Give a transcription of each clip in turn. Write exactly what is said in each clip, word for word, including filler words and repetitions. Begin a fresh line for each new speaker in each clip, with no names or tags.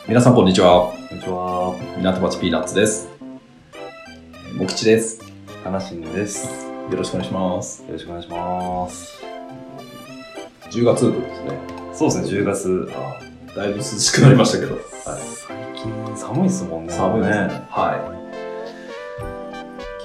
皆さんこんにちは。
こんにちは。
港町ピーナッツです。もきちです。
かなしんです。
よろしくお願いします。
よろしくお願いします。
じゅうがつですね。
そうですね、じゅうがつ。
あだいぶ涼しくなりましたけど。はい、
最近寒いですもんね。
寒いですね。はい。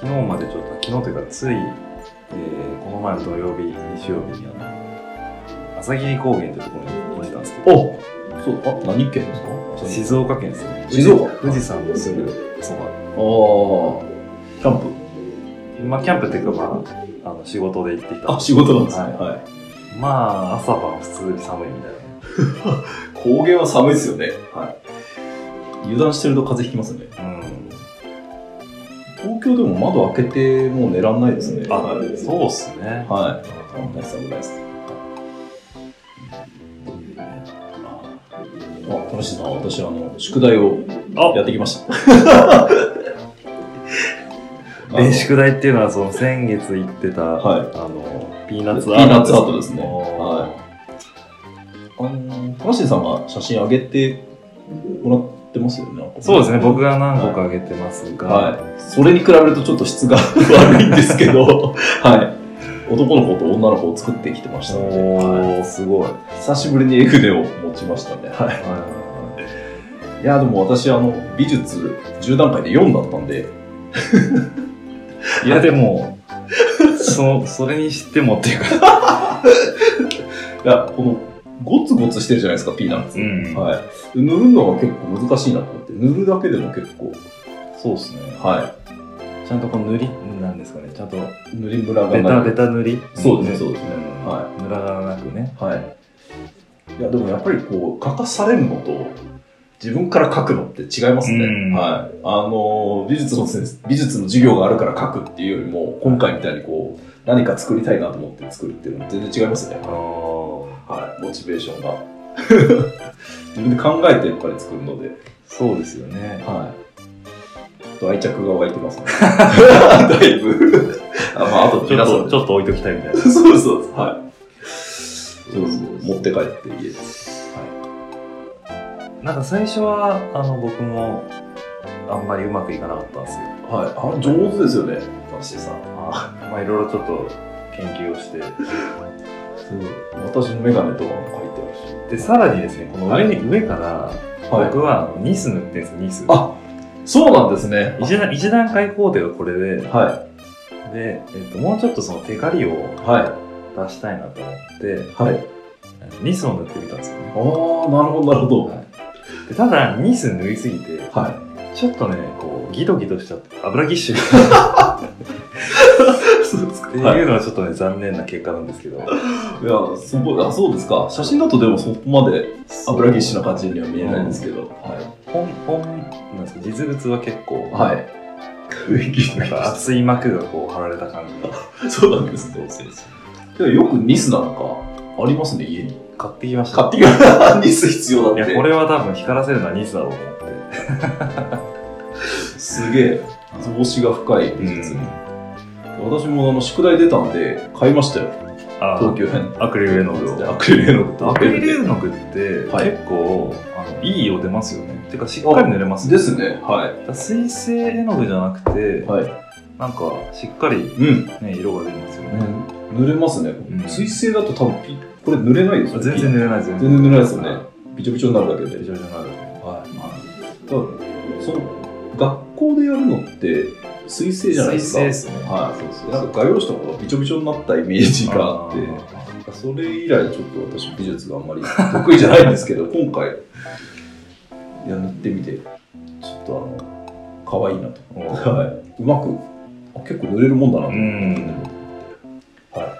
昨日までちょっと、昨日というかつい、えー、この前の土曜日、日曜日にあの、朝霧高原というところに行ってたんですけど。
おそう、あ、何県ですか？
静岡県ですね。
静岡
富士山のすぐそば。
ああ、キャンプ
まあ、キャンプっていうか、まあ、あの仕事で行ってきた。
あ、仕事なんですね。
はい。
はい、
まあ、朝晩普通に寒いみたいな。
高原は寒いですよね。はい。油断してると風邪ひきますね。
うん。
東京でも窓開けてもう寝らんないですね。
あ、そうっすね。
はい。危ないです、危ないです。あ、楽しいな。私、あの、宿題をやってきました。
で、宿題っていうのは、その先月行ってた、
はい、
あの、ピーナッツ
アート。ピーナッツアートですね。はい。あの、楽しいさんが写真上げてもらってますよね。
そうですね、僕が何個か上げてますが、
はい。はい、それに比べるとちょっと質が悪いんですけど、はい。男の子と女の子を作ってきてましたので、
おー、
はい、すごい。久しぶりに絵筆を持ちましたね。はい。はい、いや、でも私、あの、美術じゅう段階でよんだったんで。
いや、でも、そ、それにしてもっていうか。
いや、この、ゴツゴツしてるじゃないですか、ピーナッツ。うん、はい。塗るのが結構難しいなと思って、塗るだけでも結構。
そうですね。
はい。
ちゃんとこう塗りなんですかね、ちゃんと
塗りムラが
ベタベタ塗り。
そうですね、そうですね。
はい。ムラがなくね。
はい。いや、でもやっぱりこう、書かされるのと、自分から書くのって違いますね。はい。あの、美術の先生、美術の授業があるから書くっていうよりも、今回みたいにこう、何か作りたいなと思って作るっていうのは全然違いますね。
あ
はい。モチベーションが。自分で考えてやっぱり作るので。
そうですよね。
はい。愛着が湧いてますね。だいぶ。あ、まあ、あと
ちょっと、ちょっと置いときたいみたいな。
そうです、そうです。はい。そうそう。持って帰って家で。
はい。なんか最初は、あの、僕も、あんまりうまくいかなかったんですよ。
はい。あれ、上手ですよね。私さん。
あまあ、いろいろちょっと研究をして。
私のメガネとかも書いてあるし。
で、さらにですね、この上に、はい、上から、僕はニス塗ってるんですよ、ニス。
あ、そうなんですね。
一段、一段階工程がこれで、
はい。
で、えっと、もうちょっとそのテカリを出したいなと思って、はい。ニスを塗ってみたんですよね。
ああ、なるほど、なるほど。はい、
でただ、ニス塗りすぎて、はい、ちょっとね、こう、ギトギトしちゃって、油ぎっしゅり。そうですか。っていうのはちょっとね、残念な結果なんですけど。いや、
すごい、あ、そうですか。写真だとでもそこまで油ぎっしゅな感じには見えないんですけど。はい。
本、本、なんですか、実物は結構、
はい。
なんか厚い膜がこう貼られた感じ
が。そうなんですね。そうです。よくニスなんかありますね、家に。
買ってきました。
買ってきました。ニス必要だって。
いや、これは多分光らせるのはニスだろうと思って。
すげえ、増子が深い美術に。私もあの宿題出たんで買いましたよ。東急編。
アクリル絵の具を。
アクリル絵の具。
アクリル絵の具って結構、はい、あのいい色出ますよね。てかしっかり塗れます
ね。ですね。はい。
水性絵の具じゃなくて、はい、なんかしっかり、ね、うん、色が出るんですよね。
うん、塗れますね。うん、水性だと多分これ塗れないですよね。
全然塗れないです。
全然塗れないですよね。びちょびちょになるだけで。
びちょびちょになるだけで。
はい。だからその学校でやるのって水性じゃないですか。
水性ですね。
はい。そうそう。なんか画用紙とかがびちょびちょになったイメージがあって、それ以来ちょっと私美術があんまり得意じゃないんですけど、今回いや塗ってみてちょっとあの可愛いなと。はい。うまく結構塗れるもんだなと思って。
はい。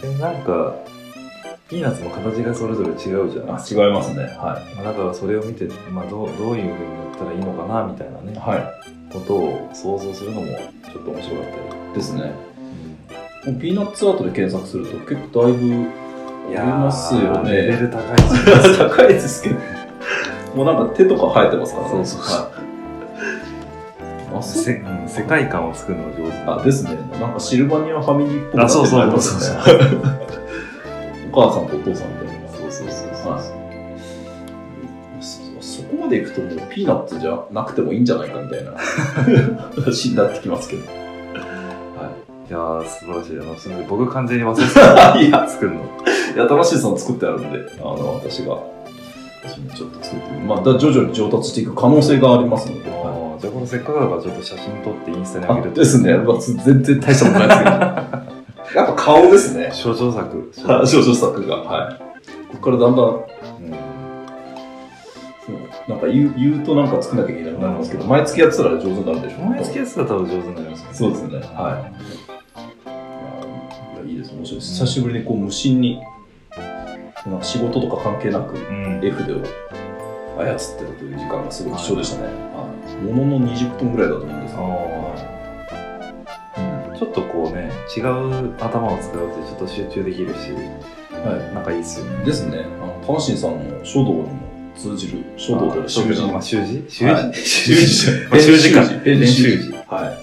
でなんかピーナッツの形がそれぞれ違うじゃないです
か。違いますね。はい。
まあ、だからそれを見て、まあ、どうどういうふうに塗ったらいいのかなみたいなね。はい。ことを想像するのもちょっと面白かったり
ですね。うん、ピーナッツアートで検索すると結構だいぶありますよね。
レベル高いです。
高いですけど。もうなんか手とか生えてますからね。
そうそうそう。はい、せうん、世界観を作るのが上手
な。あ、ですね。なんかシルバニアファミリーっぽくなって
ますね。あ、そうそうそうそう。
お母さんとお父さんみたいな。
そうそうそうそう。はい、
そこまでいくともうピーナッツじゃなくてもいいんじゃないかみたいな話になってきますけど。はい。
いやー、素晴らしい。あの、すみません。僕完全に忘れてた。いや、作るの。
いや、新しいさん作ってあるんで、あの、私が、私もちょっと作ってみる。まあ、だ徐々に上達していく可能性がありますので。
あじゃあ、このせっかくだからちょっと写真撮ってインスタに上げると。
ですね。まあ、全然大したことないですけど。やっぱ顔ですね。
少女作。
少女作が。はい。ここからだんだん、うん、なんか言う、言うとなんか作んなきゃいけなくなりますけど、毎月やってたら上手になるでしょう。
毎月やってたら多分上手になりますね。
そうですね。はい。いや、いいです。面白いです。久しぶりにこう無心に、なんか仕事とか関係なく、絵筆を操ってるという時間がすごい貴重でしたね。はい。もののにじゅっぷんぐらいだと思うんですけど、
ちょっとこうね、違う頭を使うとちょっと集中できるし、はい、なんかいいっすよね。
ですね。あの、パンシンさんの書道にも通じる、書道というか習字。
まあ、習字習
字習字
習字か。
ペン習字。はい。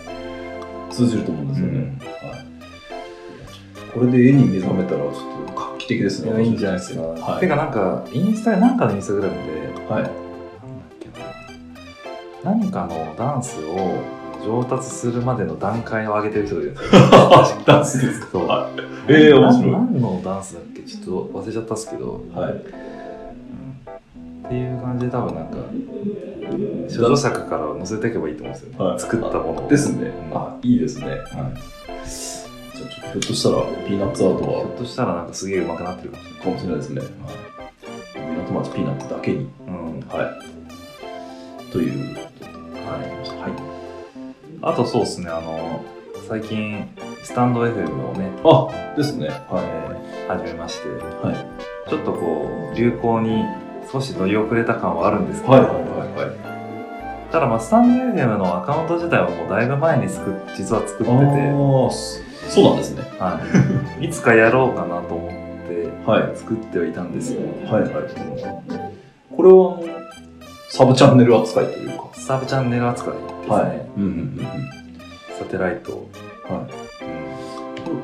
通じると思うんですよね。はい。これで絵に目覚めたら、ちょっと画期的ですね。
いいんじゃないですか。はい。てか、なんか、インスタ、なんかのインスタグラムで、はい。なんだっけな。何かのダンスを上達するまでの段階を上げてる人がいるんですよ。
ダンスですか？
そう。
ええ、面白い。
何のダンスだっけちょっと忘れちゃったっすけど。はい。っていう感じで多分なんか、少女作から載せていけばいいと思うんですよね。はい、作ったものを。
ですね。あ、いいですね。はい。じゃあちょっとひょっとしたら、ピーナッツアートは。ひ
ょっとしたらなんかすげえ上手くなってるかもしれない。
かもしれないですね。はい。港町ピーナッツだけに。うん。はい。という。はい。はい。
あとそうですね、あの、最近、スタンド エフエム をね、
あ、ですね。
はい。始めまして、はい。ちょっとこう、流行に少し乗り遅れた感はあるんですけど、はいはいはいはい。ただまあ、スタンド エフエム のアカウント自体はもうだいぶ前に作っ実は作ってて、あ、
そうなんですね。
はい。いつかやろうかなと思って、はい、作ってはいたんですよ。はいはい。
これは、サブチャンネル扱いというか。
サブチャンネル扱いですね。はい。うんうんうん。サテライト。はい。
うん、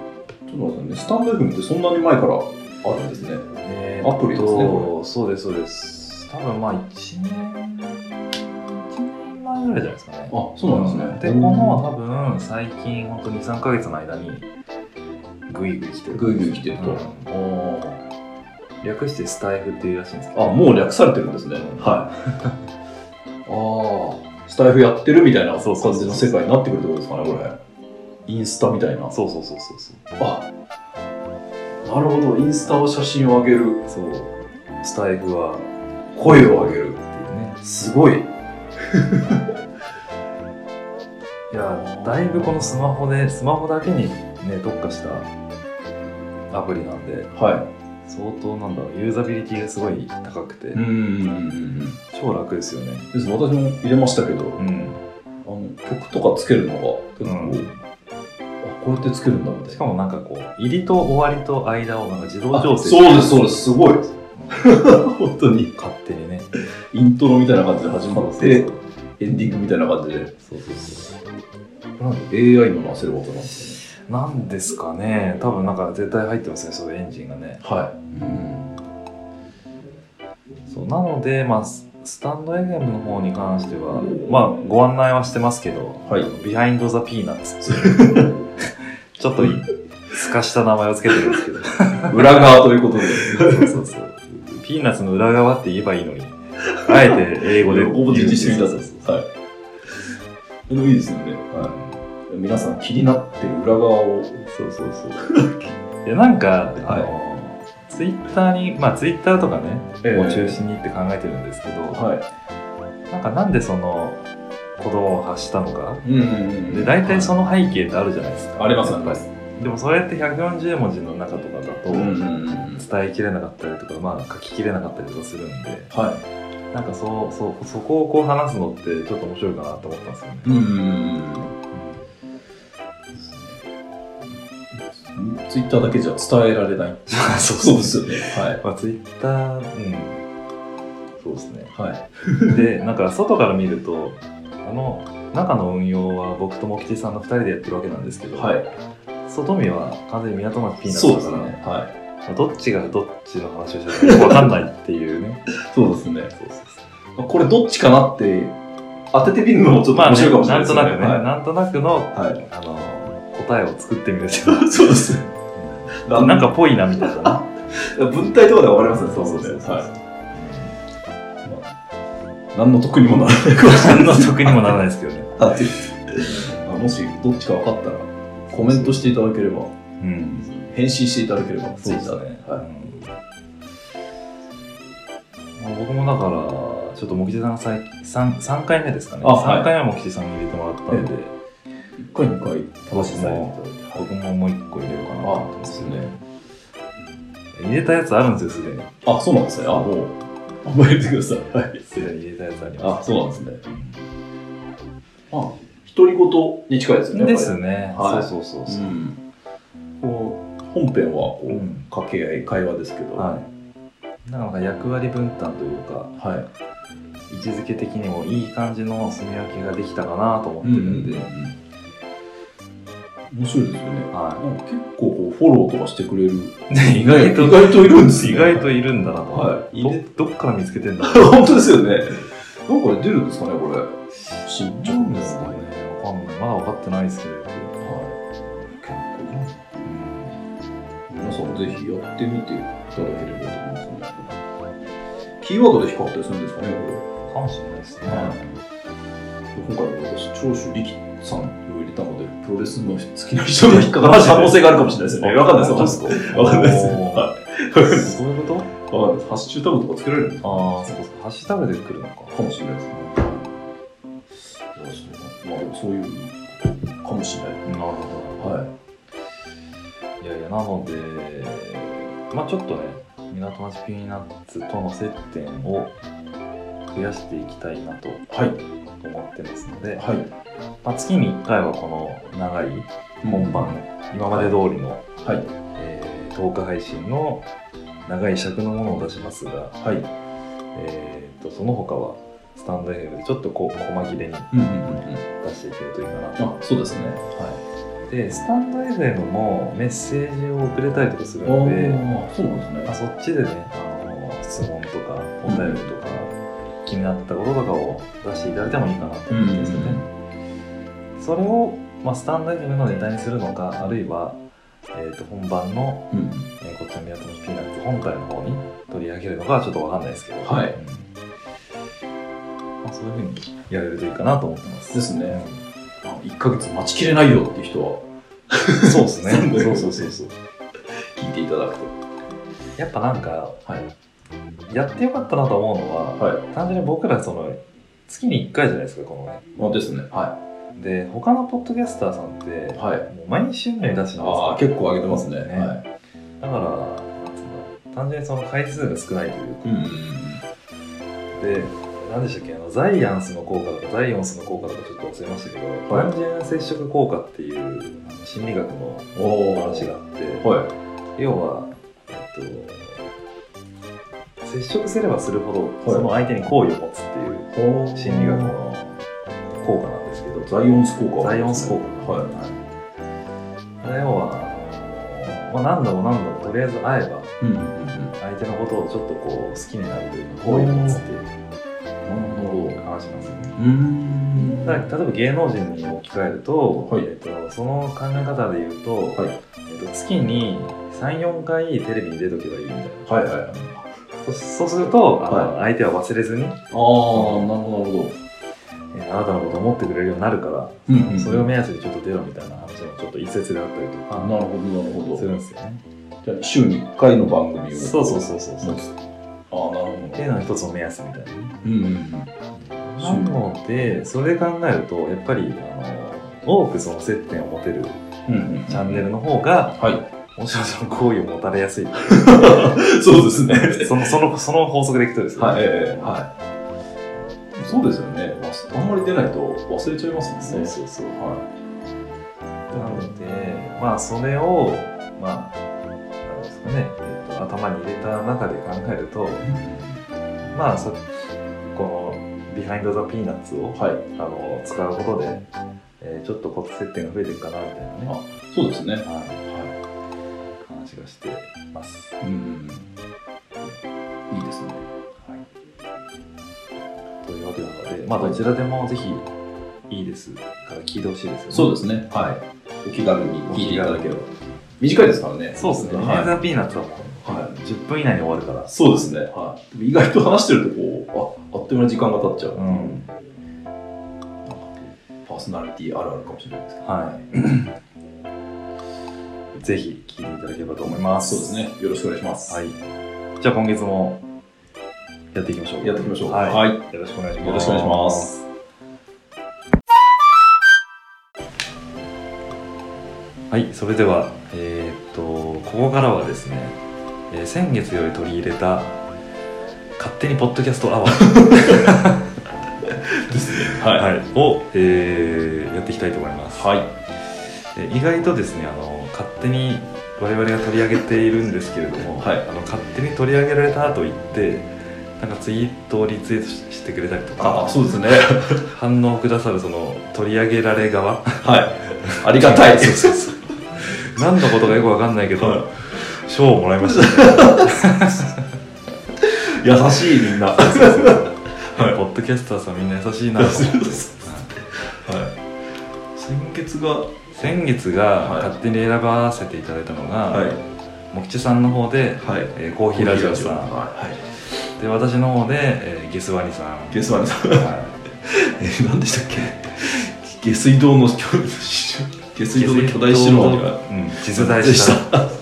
ちょっと待ってね、スタンド エフエム ってそんなに前からあるんですね。えー、アプリですね、こ
れ。そうです、そうです。多分まあいちねん、いちねんまえぐらいじゃないですかね。
あ、そうなんですね。
で、この多分最近ほんとに、さんかげつの間にグイグイ来てる。
グイグイ来てると。うん、
略してスタイフっていうらしいんですけど。
あ、もう略されてるんですね。はい。ああ、スタイフやってるみたいな感じの世界になってくるってことですかね、これ。インスタみたいな。
そうそうそうそうそう。
あ、なるほど。インスタは写真を上げる。
そう。スタイフは
声を上げるっていうね。すごい。い
や、だいぶこのスマホで、スマホだけにね、特化したアプリなんで。はい。相当なんだろう、ユーザビリティがすごい高くて、うんうんうん、超楽ですよね。
です。私も入れましたけど、うん、あの曲とかつけるのが結構、うん、あ、こうやってつけるんだみたいな。
しかもなんかこう入りと終わりと間をなんか自動調整。
そうですそうです、すごい。本当に
勝手にね、
イントロみたいな感じで始まって、そうそうそう、エンディングみたいな感じで。そうそうそう。これなんで エーアイ のなせる技なんですかね。
なんですかね、多分なんか絶対入ってますね、そういうエンジンがね。はい。うん、そうなので、まあ、スタンド エフエム の方に関しては、まあ、ご案内はしてますけど、はい、ビハインド・ザ・ピーナッツっていう、ちょっとすかした名前をつけてるんですけど、
裏側ということで。
そうそうそう。ピーナッツの裏側って言えばいいのに、あえて英語で。
大文字してみたんです。はい。でもいいですよね。はい。皆さん気になってる裏側を。
そうそうそう。いや、なんか、あの、ツイッターに、まあツイッターとかね、えー、を中心にって考えてるんですけど、はい、なんかなんでその言葉を発したのか、うんうんうん、で、大体その背景ってあるじゃないですか。
はい、あります、あります。
でもそれってひゃくよんじゅうもじの中とかだと、伝えきれなかったりとか、まあ書ききれなかったりとかするんで、はい、なんかそう、そう、そこをこう話すのってちょっと面白いかなと思ったんですよね。うんうんうん
ツイッターだけじゃ伝えられない。そうですよね。はい。
まあツイッター、うん。そうですね。はい。で、なんか外から見ると、あの、中の運用は僕と茂吉さんのふたりでやってるわけなんですけど、はい。外見は完全に港町ピーナッツだから、そうですね。はい。まあ、どっちがどっちの話をしてるかよくわかんないっていうね。
そうですね。そうそうこれどっちかなって当ててみるのもちょっと面白いかもしれないですね。
まあね、なんとなくね、
はい、
なんとなくの、
はい、
あの答えを作ってみる
そうですね。
なんかぽいなみたいな。
文体とかで分かりますね。そうそうそう。はい。何の得にもならない。
何の得にもならないですけどね。
もしどっちか分かったらコメントしていただければ、うん、返信していただければ、
そうですね。はい。うん、僕もだからちょっと茂吉さんが最近 3, さんかいめですかね。あ、さんかいめは茂吉さんに入れてもらったんで、いっ
かいにかい正しされていただいて、
僕ももういっこ入れようかなと思ってますよね。
入
れたやつあるんですよ、すでに。
あ、そうなんですね。あ、もう覚えてください。はい。
すでに入れたやつあります。
あ、そうなんですね。あ、独り言に近いですよね。
ですね。
はい、
そうそうそうそう、うん。
こう本編はこう、うん、掛け合い会話ですけど、
はい、なんか役割分担というか、はい、位置づけ的にもいい感じの住み分けができたかなと思ってるんで、うんうんうん、
面白いですよね。
はい、
なんか結構こうフォローとかしてくれる
意外と
意外といるんですね。
意外といるんだなと、
はい、
ど, どっから見つけてんだろう。
本当ですよね。なんか出るんですかね、これ。進捗ですかね。
わかんない。まだ分かってないですけど。はい。
結構、うん、皆さんもぜひやってみていただければと思いますね。キーワードで引っかかったりするんですかね、これ。
かもしれないですね。はい、
今回は私、長州力さんを入れたので、プロレスの好きな人が引っかかる可能性があるかもしれないですね。わかんないです。わかんないです。
そういうこと？
わかんないです。ハッシュタグとかつけられるんですか？
ああ、そうか。ハッシュタグで来るのか。
かもしれないですね。まあでもそういうかもしれない。
なるほど。はい。いやいや、なので、まあちょっとね、港町ピーナッツとの接点を増やしていきたいなと思ってますので、はい、まあ、月にいっかいはこの長い本番、うん、今まで通りの、はい、えー、とおか配信の長い尺のものを出しますが、はい、えー、とその他はスタンド エフエム でちょっとこう細切れに出していけるといいかなと。
あ、そうですね。はい。
で、スタンド エフエム もメッセージを送れたりとかするので、
そうなんですね。
まあ、そっちでね、あの質問とかお便りとか、うん、気になったこととかを出していただいてもいいかなと思うんですよね。うん、それを、まあ、スタンド エフエム のネタにするのか、あるいは、えー、と本番の、うん、えー、こっちの港町ピーナッツ本体の方に取り上げるのかはちょっと分かんないですけど、はい、うん、まあ、そういうふうにやれるといいかなと思ってます。
ですね。いっかげつ待ちきれないよっていう人は
そうですね。そうそうそうそう。
聞いていただくと。
やっぱなんか、はい、やってよかったなと思うのは、はい、単純に僕らその月にいっかいじゃないですか、このね。
まあですね。はい。
で、他のポッドキャスターさんって、はい、もう毎週のように出してますから、
ああ、結構上げてますね。ね、はい、
だから単純にその回数が少ないというか、うんうんうん、で、何でしたっけ、あのザイアンスの効果とかザイオンスの効果とかちょっと忘れましたけど、はい、単純接触効果っていうあの心理学の話があって、はい、要は、えっと、接触すればするほど、はい、その相手に好意を持つっていう心理学の効果なんですけど、
ザイオンス効果、
ザイオンス効果、はいはい、要は、まあ、何度も何度もとりあえず会えば、うんうんうん、相手のことをちょっとこう好きになるというか好意を持つっていう話しますよね。うーん、だから例えば芸能人に置き換えると、はい、えー、とその考え方で言うと、はい、えー、と月にさん、よんかいテレビに出とけばいいみたいな。はいはいはい、そ, そうすると、はい、あの相手は忘れずに、ああ、なる
ほどなるほど、
えー、あなたのことを思ってくれるようになるから、うんうんうん、それを目安にちょっと出ろみたいな話もちょっと一説であったりとか、
なるほどなるほど、
するんですよね。
じゃあ週にいっかいの番組を
そうそうそうそうそう、
ああ、なるほど。
っていうのが一つの目安みたいなね。うんうんうん。なので、それで考えると、やっぱりあの多くその接点を持てるチャンネルの方が、うんうん、はい、もちろんその好意を持たれやすい。
そうですね。
そのそのその法則でいくとですね。
はい、えー、はい。そうですよね。あんまり出ないと忘れちゃいますもんね。
そうそうそう。はい。なので、まあそれをまあなんですかね、えーと、頭に入れた中で考えると、まあさこのビハインドザピーナッツを、はい、あの使うことで、えー、ちょっとこう接点が増えていくかなみたいなね。
あ、そうですね。はい、はい、
話がしてます。
うん、いいですね。はい。
で、まあ、どちらでもぜひいいですから聞いてほしいですよね。
そうですね。はい。お気軽に聞いていただければ。短いですからね。
そうですね。
はい、
メザーピーナッツはもう、はい、じゅっぷん以内に終わるから。
そうですね。はい。意外と話してるとこう、あ、あっという間に時間が経っちゃう。うん。パーソナリティあるあるかもしれないですけど。はい。
ぜひ聞いていただければと思います。
そうですね。よろしくお願いします。
はい。じゃあ今月もやっていきましょう。
やっていきましょう。
はい。はい、よろしくお願いします。
よろしくお願いします。
はい、それでは、えー、っとここからはですね、えー、先月より取り入れた勝手にポッドキャストアワードですね、はい、はい、を、えー、やっていきたいと思います。はい。えー、意外とですね、あの勝手に我々が取り上げているんですけれども、はい、あの勝手に取り上げられたと言ってなんかツイートをリツイートしてくれたりとか、
あ、そうですね、
反応をくださるその取り上げられ側、
はい、ありがたい。そうそうそう。
何のことかよくわかんないけど、はい、賞をもらいました、ね、
優しいみんな。はい、
ポッドキャスターさんみんな優しいなと思って。はい、
先月が
先月が勝手に選ばせていただいたのが、はい、もきちさんの方で、はい、えー、コーヒーラジオさん、はい、で私の方で、えー、ゲスワニさん、
ゲスワニさん、はい、えー、何でしたっけ、下水道の下水道の巨大シロアリが
実在した。はい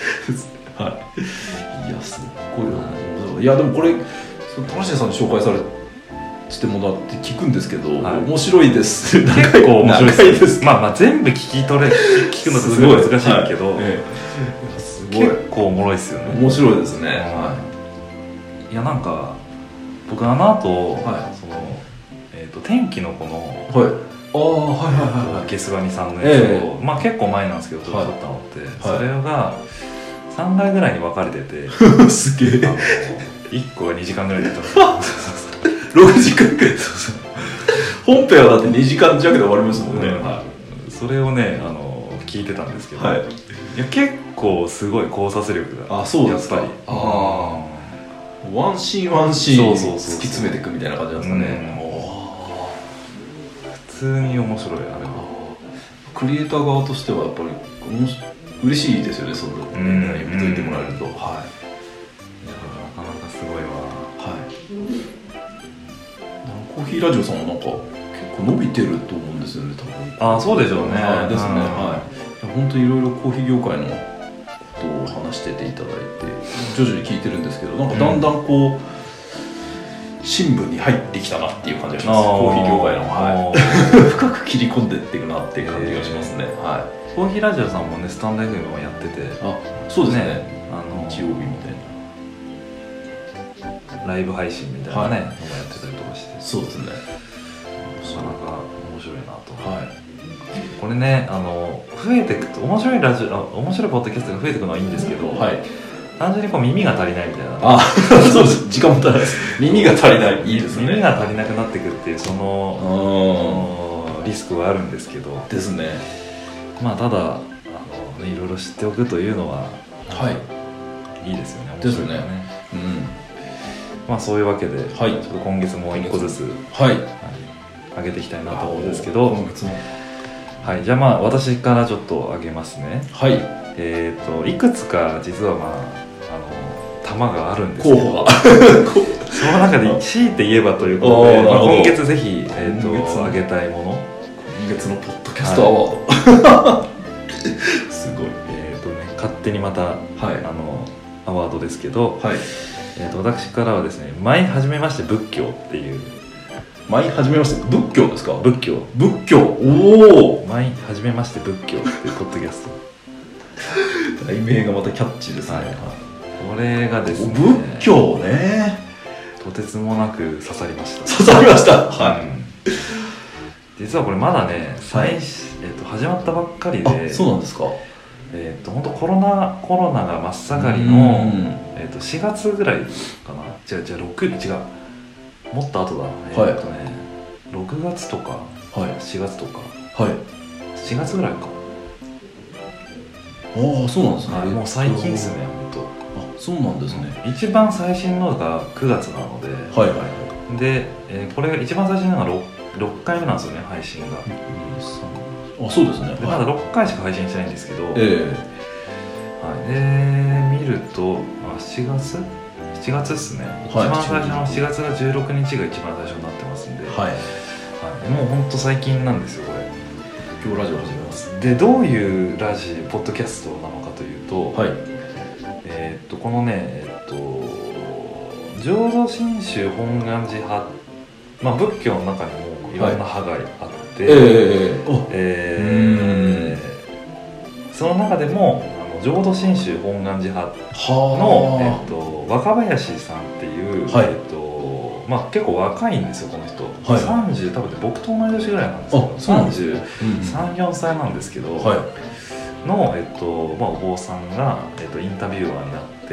。いや、すっごいな。いや、でもこれ田無さんに紹介されしてもらって聞くんですけど、はい、面白いです。
結構面白いです。まあまあ全部聞き取れ聞くのってすごい難しいけど、はい、ええ、すごい結構おもろいですよね。
面白いですね。
はい。いや、なんか僕あの後、はい、そのえっと天気のこの、
はい、ああ、はいはいはい、
ゲスワニさんのやつを、ええ、まあ結構前なんですけど撮ったのって、はい、それがさんかいぐらいに分かれてて
すげえ、
いっこがにじかんぐらいで撮った
ろくじかんくらい。本編はだってにじかん弱で終わりますもんね、うん、
はい、それをね、あの聞いてたんですけど、はい、いや結構すごい考察力が、
あ、そうですか、
やっぱり、
あ、ワンシーンワンシーン突き詰めていくみたいな感じなんですかね。
普通に面白い、あれは。
クリエイター側としてはやっぱり嬉しいですよね、そのね、見といてもらえると。はい、いや、
なかなかすごいわ。
はい。コーヒーラジオさんはなんか結構伸びてると思うんですよね、多分。
あ、そうでしょうね。
はい、ですね。はい。本当にいろいろコーヒー業界のことを話してていただいて、徐々に聞いてるんですけど、なんかだんだんこう。新聞に入ってきたなっていう感じがします。コーヒー業界の、はい、深く切り込んでっていくなっていう感じがしますね。はい。
コーヒーラジオさんもね、スタンド エフエム をやってて、
あ、そうですね。
ね、あの
日曜日みた
いなライブ配信みたいなね、はい、のもやってたりとかして、
そうですね。
なかなか面白いなと。はい。これね、あの増えていくと面白いラジオ、面白いポッドキャストが増えていくのはいいんですけど、はい。単純にこう耳が足りないみたいな。
あ、そうです。時間も足りないです。耳が足りない。いいですね。
耳が足りなくなってくっていうそのリスクはあるんですけど。
ですね。
まあただあの、ね、いろいろ知っておくというのは、
はい、
いいですよね。面白いね。
ですね。うん。
まあそういうわけで、はい、ちょっと今月も一個ずつ、はい、はい、上げていきたいなと思うんですけど。今月も。はい。じゃあまあ私からちょっと上げますね。はい。えっといくつか実はまあ。玉があるんですけど、その中で強いて言えばということで、まあ、今月ぜひ、えー、とあげたいもの、
今月のポッドキャストアワード、はい、すごい、
えーとね、勝手にまた、はい、あのアワードですけど、はい、えー、と私からはですね、舞はじめまして仏教っていう、
舞はじめまして仏教ですか？
仏教、
仏教、おお、
舞はじめまして仏教っていうポッドキャス
ト題名がまたキャッチーですね。はい、
これがですね、
仏教ね、
とてつもなく刺さりました。
刺さりました。はい。うん、
実はこれまだね、最、はい、えっと始まったばっかりで、
そうなんですか。
えっと本当コロナコロナが真っ盛りのえっとしがつぐらいかな。違う違うろく、違う。もっと後だ。えっとね、ろくがつとか、はい、しがつとか、はい、しがつぐらいか。
ああ、そうなんですね。
もう最近ですね、本当。
そうなんですね。
一番最新のがくがつなので、はいはいはい。 で、えー、これが一番最初のが 6, ろっかいめなんですよね、配信が。
あ、そうですね。
でまだろっかいしか配信してないんですけど、
え
ーはい、で見るとあしちがつしちがつですね、はい、一番最初のしちがつがじゅうろくにちが一番最初になってますんで、はいはい、もうほんと最近なんですよこれ。
今日ラジオ始めます。
でどういうラジポッドキャストなのかというと、はい、えー、っとこのねえー、っと浄土真宗本願寺派、まあ、仏教の中にもいろんな派があって、はい、えーえー、その中でも浄土真宗本願寺派の、えー、っと若林さんっていう、はい、えー、っとまあ、結構若いんですよこの人、はい、さんじゅう多分僕と同い年ぐらいなんですけど、さんじゅうさん、よんさいなんですけど、はい、の、えっとまあ、お坊さんが、えっと、インタビュアーになって、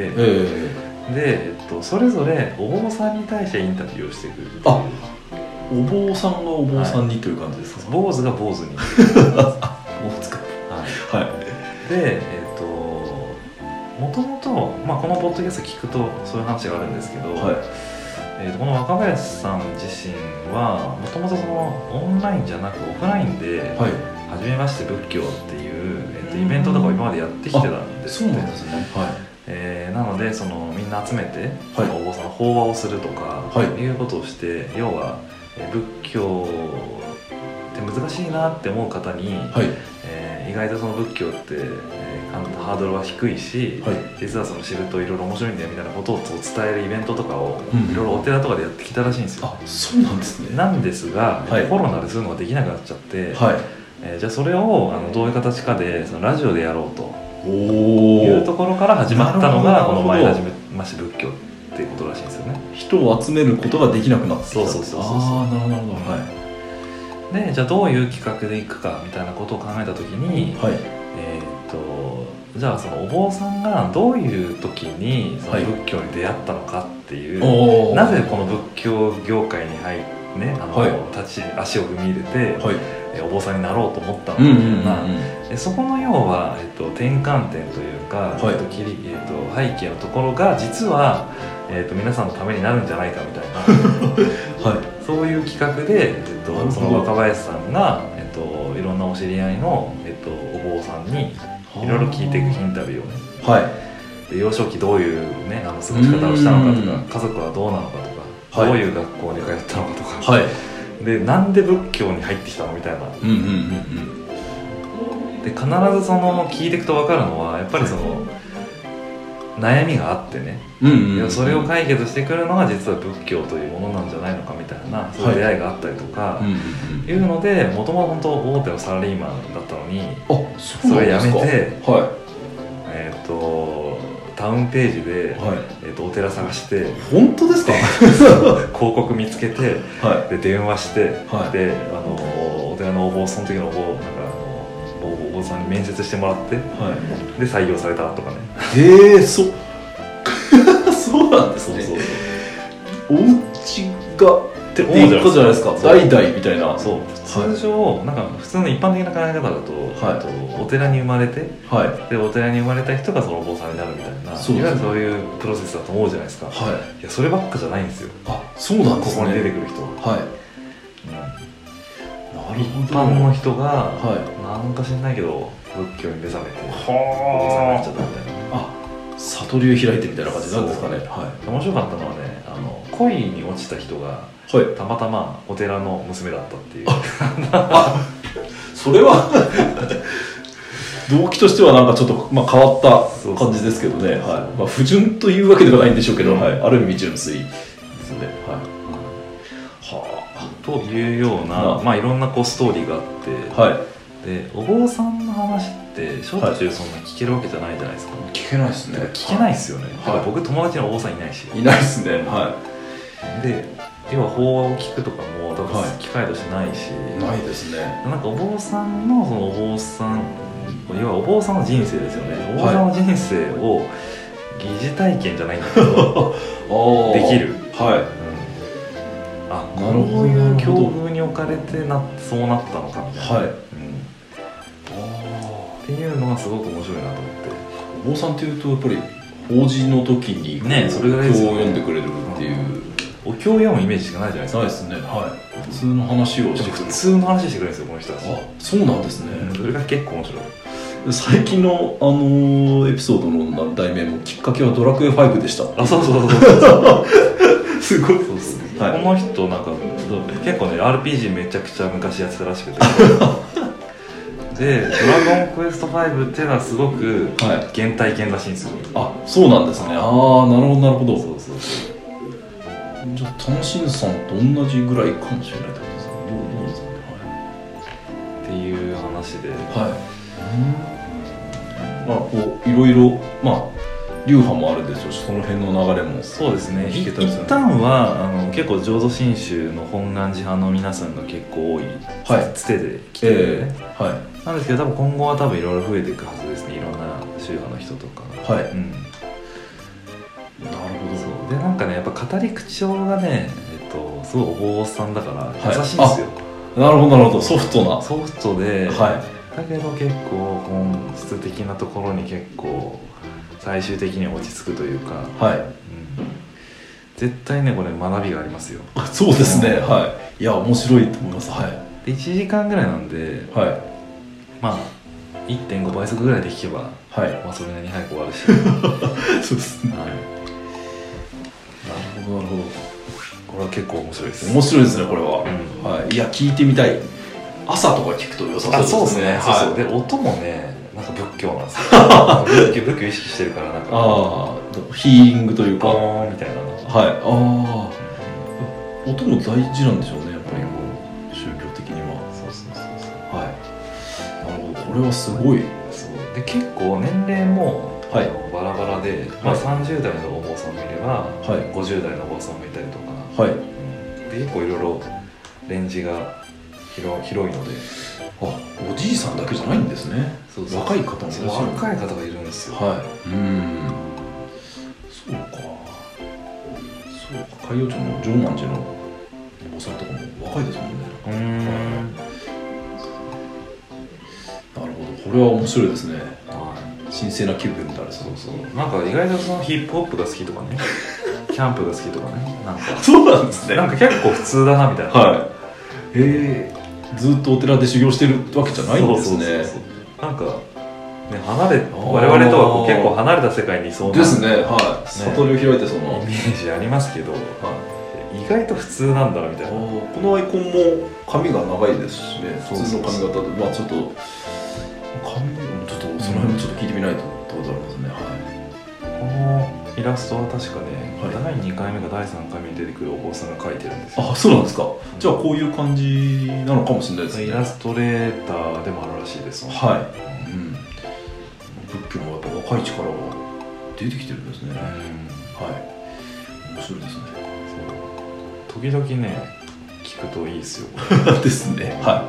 えー、で、えっと、それぞれお坊さんに対してインタビューをしてくる。
あ、お坊さんがお坊さんにという感じですか。
坊主が坊主に坊
主か、はい、はい、
で、えっともともと、まあ、このポッドキャスト聞くとそういう話があるんですけど、はい、えー、とこの若林さん自身はもともとそのオンラインじゃなくオフラインで、はい、初めまして仏教っていう、えー、とイベントとかを今までやってきてたんですって。
そうなんですね、はい、
えー、なのでそのみんな集めて、はい、お坊さんの法話をするとか、はい、いうことをして、要は仏教って難しいなって思う方に、はい、えー、意外とその仏教って、えー、ハードルは低いし、はい、実はその知るといろいろ面白いんだよみたいなことを伝えるイベントとかをいろいろお寺とかでやってきたらしいんですよ。
あ、そうなんですね。
なんですが、はい、コロナでそういうのができなくなっちゃって、はい、えー、じゃあそれをあのどういう形かでそのラジオでやろうというところから始まったのがこの前始めまし仏教っていうことらしいんですよね。
人を集めることができなくなってきた。
そうそうそうそう。
ああ、なるほど、はい。
でじゃあどういう企画でいくかみたいなことを考えたときに、はい、えー、っとじゃあそのお坊さんがどういう時にその仏教に出会ったのかっていう、はい、なぜこの仏教業界に入ってね、あの、はい、立ち足を踏み入れて、はい、えお坊さんになろうと思ったのかみたいな、うんうんうん、そこの要は、えっと、転換点というか、はい、えっと切りえっと、背景のところが実は、えっと、皆さんのためになるんじゃないかみたいな、はい、そういう企画で、えっと、その若林さんが、えっと、いろんなお知り合いの、えっと、お坊さんにいろいろ聞いていくインタビューをね、はい、で幼少期どういう、ね、あの過ごし方をしたのかとか、家族はどうなのかとか、どういう学校に通ったのかとか、はい、でなんで仏教に入ってきたのみたいな、うんうんうんうん、で必ずその聞いていくと分かるのはやっぱりその、はい、悩みがあってね、うんうんうん、それを解決してくるのが実は仏教というものなんじゃないのかみたいな、そういう出会いがあったりとか、はい、いうのでもともと本当大手のサラリーマンだったのに、あ、そうなんですか、それ辞めて、はい、えっとタウンページで、はい、えー、とお寺探して、
本当ですか
広告見つけて、はい、で電話して、はい、であのお寺のお坊その時のお坊なんかあのお坊さんに面接してもらって、はい、で採用されたとかね。
へえ、そそうなんですね。そうそうそう、お家がってことじゃないですか、代々みたいな。
そう、通常、はい、なんか普通の一般的な考え方だと、はい、とお寺に生まれて、はい、でお寺に生まれた人がそのお坊さんになるみたいな、いわゆるそういうプロセスだと思うじゃないですか。はい、いやそればっかじゃないんですよ。あ、そうなんですね。ここに出てくる人は、はい、うん、なるほど。一般の人が、はい、なんか知んないけど仏教に目覚めてお坊さんになっちゃったみたいな。
あ、悟りを開いてみたいな感じなんですかね。はい、
面白かったのはね、あの恋に落ちた人が、はい、たまたまお寺の娘だったっていう。
あ、それは動機としてはなんかちょっと、まあ、変わった感じですけどね。はい、まあ、不純というわけではないんでしょうけど、うん、はい、ある意味純粋ですね。はい、
はあ、というような、まあ、いろんなこうストーリーがあって、はい、でお坊さんの話ってしょっちゅうそんな聞けるわけじゃないじゃないですか。はい、
聞けないですね。
聞けないですよね。はい、僕友達にお坊さんいないし。
いないですね。はい、
で要は法話を聞くとかも多分機会としてないし、
はい、ないですね。
なんかお坊さんのそのお坊さん、要はお坊さんの人生ですよね。お坊さんの人生を疑似体験じゃないんだけどできる。はい、うん、あ、こういう境遇に置かれてなそうなったのかみたいな、はい、うん、っていうのがすごく面白いなと思って。
お坊さんっていうとやっぱり法事の時に
ね、それぐらいですよね。
読んでくれるっていう。
お経を読むイメージしかないじゃないですか。
ないですね。はい。普通の話をしてくる。
普通の話してくれるんですよこの人たち。
あ、そうなんですね。
それが結構面白い。
最近のあのエピソードの題名もきっかけはドラクエファイブでした。
あ、そうそうそうそう
すごい。
そうそう、はい、この人なんか結構ね アールピージー めちゃくちゃ昔やってたらしくてで「ドラゴンクエストファイブ」っていうのはすごく原体験らしいんですよ。
あ、そうなんですね。ああ、なるほどなるほど。
そうそうそう。
じゃあタマシンさんと同じぐらいかもしれないってことですね。どうどうですかね。
はい、っていう話で、
はい。うん、まあこういろいろまあ流派もあるでしょうし、その辺の流れも
そうですね。一旦はあの結構浄土真宗の本願寺派の皆さんが結構多い、はい、つてで来てるんでね、えーはい、なんですけど多分今後は多分いろいろ増えていくはずですね。いろんな宗派の人とか、はい、うん、なるほど。でなんかねやっぱ語り口調がね、えっと、すごいお坊さんだから優しいんですよ、
はい、なるほどなるほど。ソフトな
ソフトで、はい、だけど結構本質的なところに結構最終的に落ち着くというか、はい、うん、絶対ねこれ学びがありますよ。
そうですね、はい。いや面白いと思います。はい。
でいちじかんぐらいなんで、はい、まあ いってんご 倍速ぐらいで聞けば、はい、まあそれなりに早く終わるし
そうですね、はい、
なるほどなるほど。これは結構面白いです。
面白いですねこれは、うん、はい。いや聞いてみたい。朝とか聞くと良さそうですね。
そうですね、はい、そうそう。で音もねなんか仏教なんですよ仏教、仏教意識してるからなんか
あヒーリングというか
みたいなの、
はい、ああ、うん、音も大事なんでしょうねやっぱりこう宗教的には。
そうそうそうそう、
はい。なるほど。これはすごい。
そうで結構年齢も、はい、バラバラで、まあ、さんじゅう代のお坊さんもいれば、はい、ごじゅう代のお坊さんもいたりとか、はい、うん、で結構いろいろレンジが広, 広いので、
あ、おじいさんだけじゃないんですね。そうそう、若い方もいらっしゃる。
若い方がいるんですよ。
はい。うん。そうか。そうか。海陽町の常満寺のお坊さんとかも若いですもんね。うん。なるほど。これは面白いですね。はい。神聖な気分になる。
そうそう。なんか意外とそのヒップホップが好きとかね、キャンプが好きとかね、なんか
そうなんですね。
なんか結構普通だなみたいな。
はい。へえ。ずっとお寺で修行してるわけじゃないんですね。そうそうそうそう。なんか、ね、離れ我々とはこう結構離れた世界にいそうなですね、はい、悟りを開いてその
イメージありますけど、はい、意外と普通なんだなみたいな。
このアイコンも髪が長いですしね、普通の髪型で、まあちょっと髪もちょっとその辺もちょっと聞いてみないとってことありますね。はい、この
イラストは確かね、はい、だいにかいめかだいさんかいめに出てくるお坊さんが描いてるんですよ。
あ、そうなんですか。じゃあこういう感じなのかもしれないですね。
イラストレーターでもあるらしいです。
はい、うん、仏教もやっぱ若い力が出てきてるんですね。うん、はい、面白いですね。
そう、時々ね聞くといいですよ
ですね。はい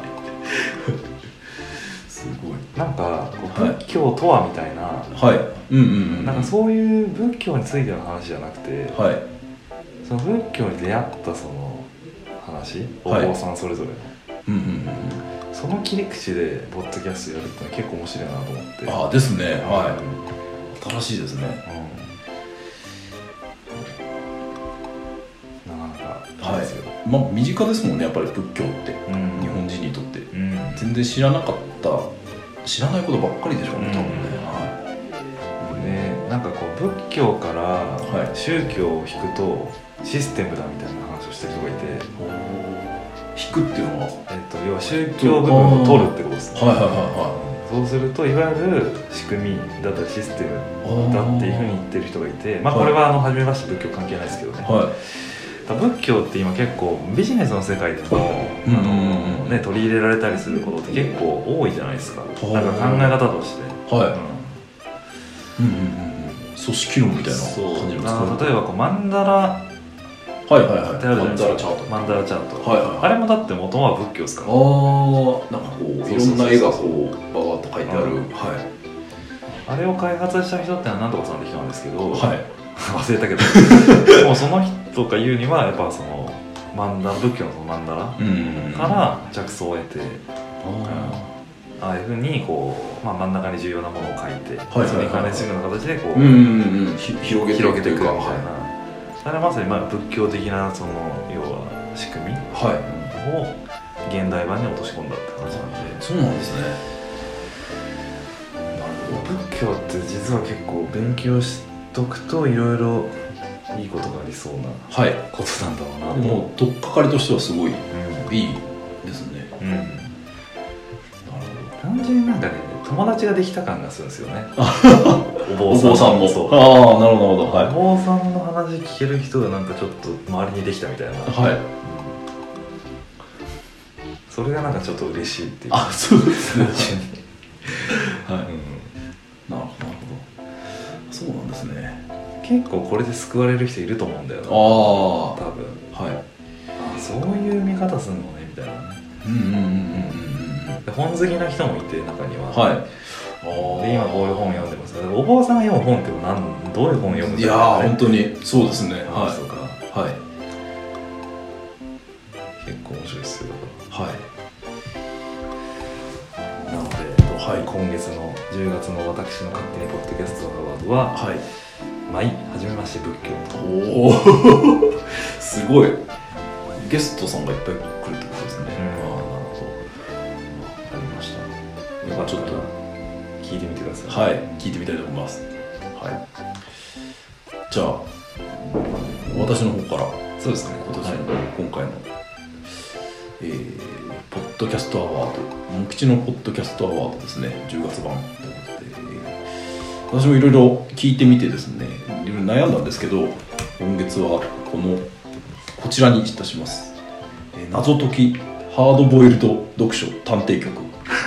すごい
なんかこう仏教とはみたいな、
はい、うんうんうん、
なんかそういう仏教についての話じゃなくて、はい、その仏教に出会ったその話、お坊さんそれぞれの、うんうんうん、その切り口でポッドキャストやるってのは結構面白いなと思って。
ああですね、はい、新しいですね、
うん、なかなか
いいですよ。はい、まあ身近ですもんねやっぱり仏教って、うん、日本人にとって、うん、全然知らなかった知らないことばっかりでしょうね、うん、多分ね。
はい。でなんかこう仏教から宗教を引くとシステムだみたいな話をしてる人がいて、
引くっていうのは、
えっと、要は宗教部分を取るってことですね。
はいはいはいはい。
そうするといわゆる仕組みだったりシステムだっていうふうに言ってる人がいて、まあこれはあの初めまして仏教関係ないですけどね、はい、仏教って今結構ビジネスの世界でも、うんうんうんね、取り入れられたりすることって結構多いじゃないですか。なんか考え方として、はい、うんうんうんうん、
組織論みたいな感じなんですか。
例えばこうマンダラ
はいはいはい、
マンダラチャート、マンダラチャート、はいはい、あれもだって元は仏教ですから。ああ、
なんかこういろんな絵がこうババッと描いてある、はい、
あれを開発した人ってのはなんとかさんって人なんですけど、はい、忘れたけどもうその人が言うにはやっぱそのマンダ仏教のそのマンダラから着想を得て、ああいうふうにこう、まあ、真ん中に重要なものを書いて、はいはいはいはい、それに関連するような形でこう、うんうんうん、広げていくみたいな。 それはまさにまあ仏教的なその要は仕組みを現代版に落とし込んだって話なんで。
そうなんですね。なるほど。
仏教って実は結構勉強しとくといろいろいいことがありそうなことなんだろうなと。
もう取っかかりとしてはすごい、うん、いいですね。うん。なる
ほど。単純になんかね、友達ができた感がするんですよね。
お坊さんも。そう。ああ、なるほど、はい。
お坊さんの話聞ける人がなんかちょっと周りにできたみたいな。はい。うん、それがなんかちょっと嬉しいっていう。
あ、そうですね。はい。うん、なるほど、なるほど。そうなんですね。
結構これで救われる人いると思うんだよな。ああ、多分。はい。あ、そういう見方するのねみたいなね。うんうんうんうんうん。で本好きな人もいて中には。はい。で今こういう本読んでますけど、お坊さんが読む本って何どういう本を読むん
ですかね。いやー本当にそうですね。はい。そうか。はい。
結構面白いですよ。
はい。
なので、はい、今月のじゅうがつの私の勝手にポッドキャストアワードは、はい。まあいい、はじめまして仏教。
おお、すごい。ゲストさんがいっぱい来るってことですね。うん、ああ、なるほど。わかりました。
まあちょっと聞いてみてくださ
い。はい、聞いてみたいと思います。はい。じゃあ私の方から、
そうですね。
今年の、はい、今回の、えー、ポッドキャストアワード、モン吉のポッドキャストアワードですね。じゅうがつばんということで。私もいろいろ聞いてみてですね、いろいろ悩んだんですけど、今月はこのこちらにいたします、えー、謎解きハードボイルド読書探偵局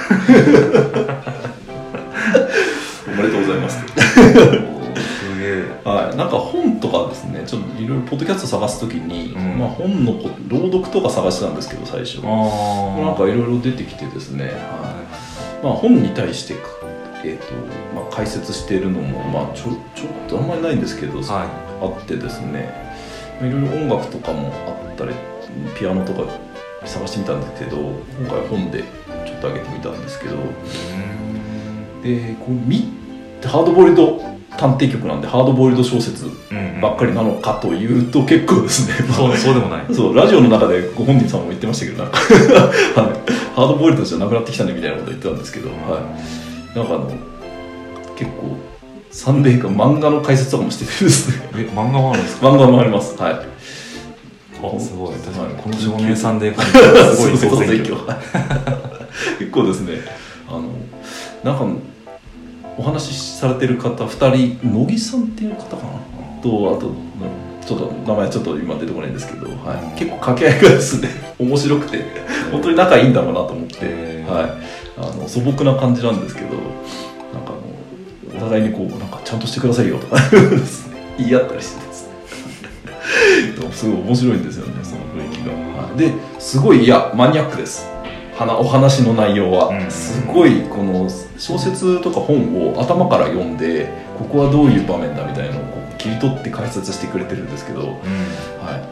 おめでとうございます。
すげえ。
はい、なんか本とかですね、ちょっといろいろポッドキャスト探すときに、うん、まあ本の朗読とか探してたんですけど最初、なんかいろいろ出てきてですね、はい、まあ本に対してえーとまあ、解説しているのも、まあ、ちょちょっとあんまりないんですけど、はい、あってですね、いろいろ音楽とかもあったりピアノとか探してみたんですけど、今回は本でちょっと上げてみたんですけど、でこうみハードボイルド探偵局なんでハードボイルド小説ばっかりなのかというと結構ですね、
まあ、そう、そうでもない。
そうラジオの中でご本人さんも言ってましたけど、なんか、はい、ハードボイルドじゃなくなってきたねみたいなこと言ってたんですけど、はいなんかあの結構サンデーか漫画の解説とかもしててですね。
え、漫画もあるんですか？
漫画もあります。はい。
あ、すごい。確かにこの少年サンデー感がすごい総選挙。
結構ですね。あのなんかお話しされてる方ふたり、乃木さんっていう方かなと、あとちょっと名前ちょっと今出てこないんですけど、はい、結構掛け合いがですね面白くて本当に仲いいんだろうなと思って、はい。あの素朴な感じなんですけど、なんかあのお互いにこうなんかちゃんとしてくださいよとか言い合ったりしてですねすごい面白いんですよね、その雰囲気が、はい、ですごいいやマニアックです。お話の内容は、うん、すごいこの小説とか本を頭から読んでここはどういう場面だみたいなのをこう切り取って解説してくれてるんですけど、うんはい、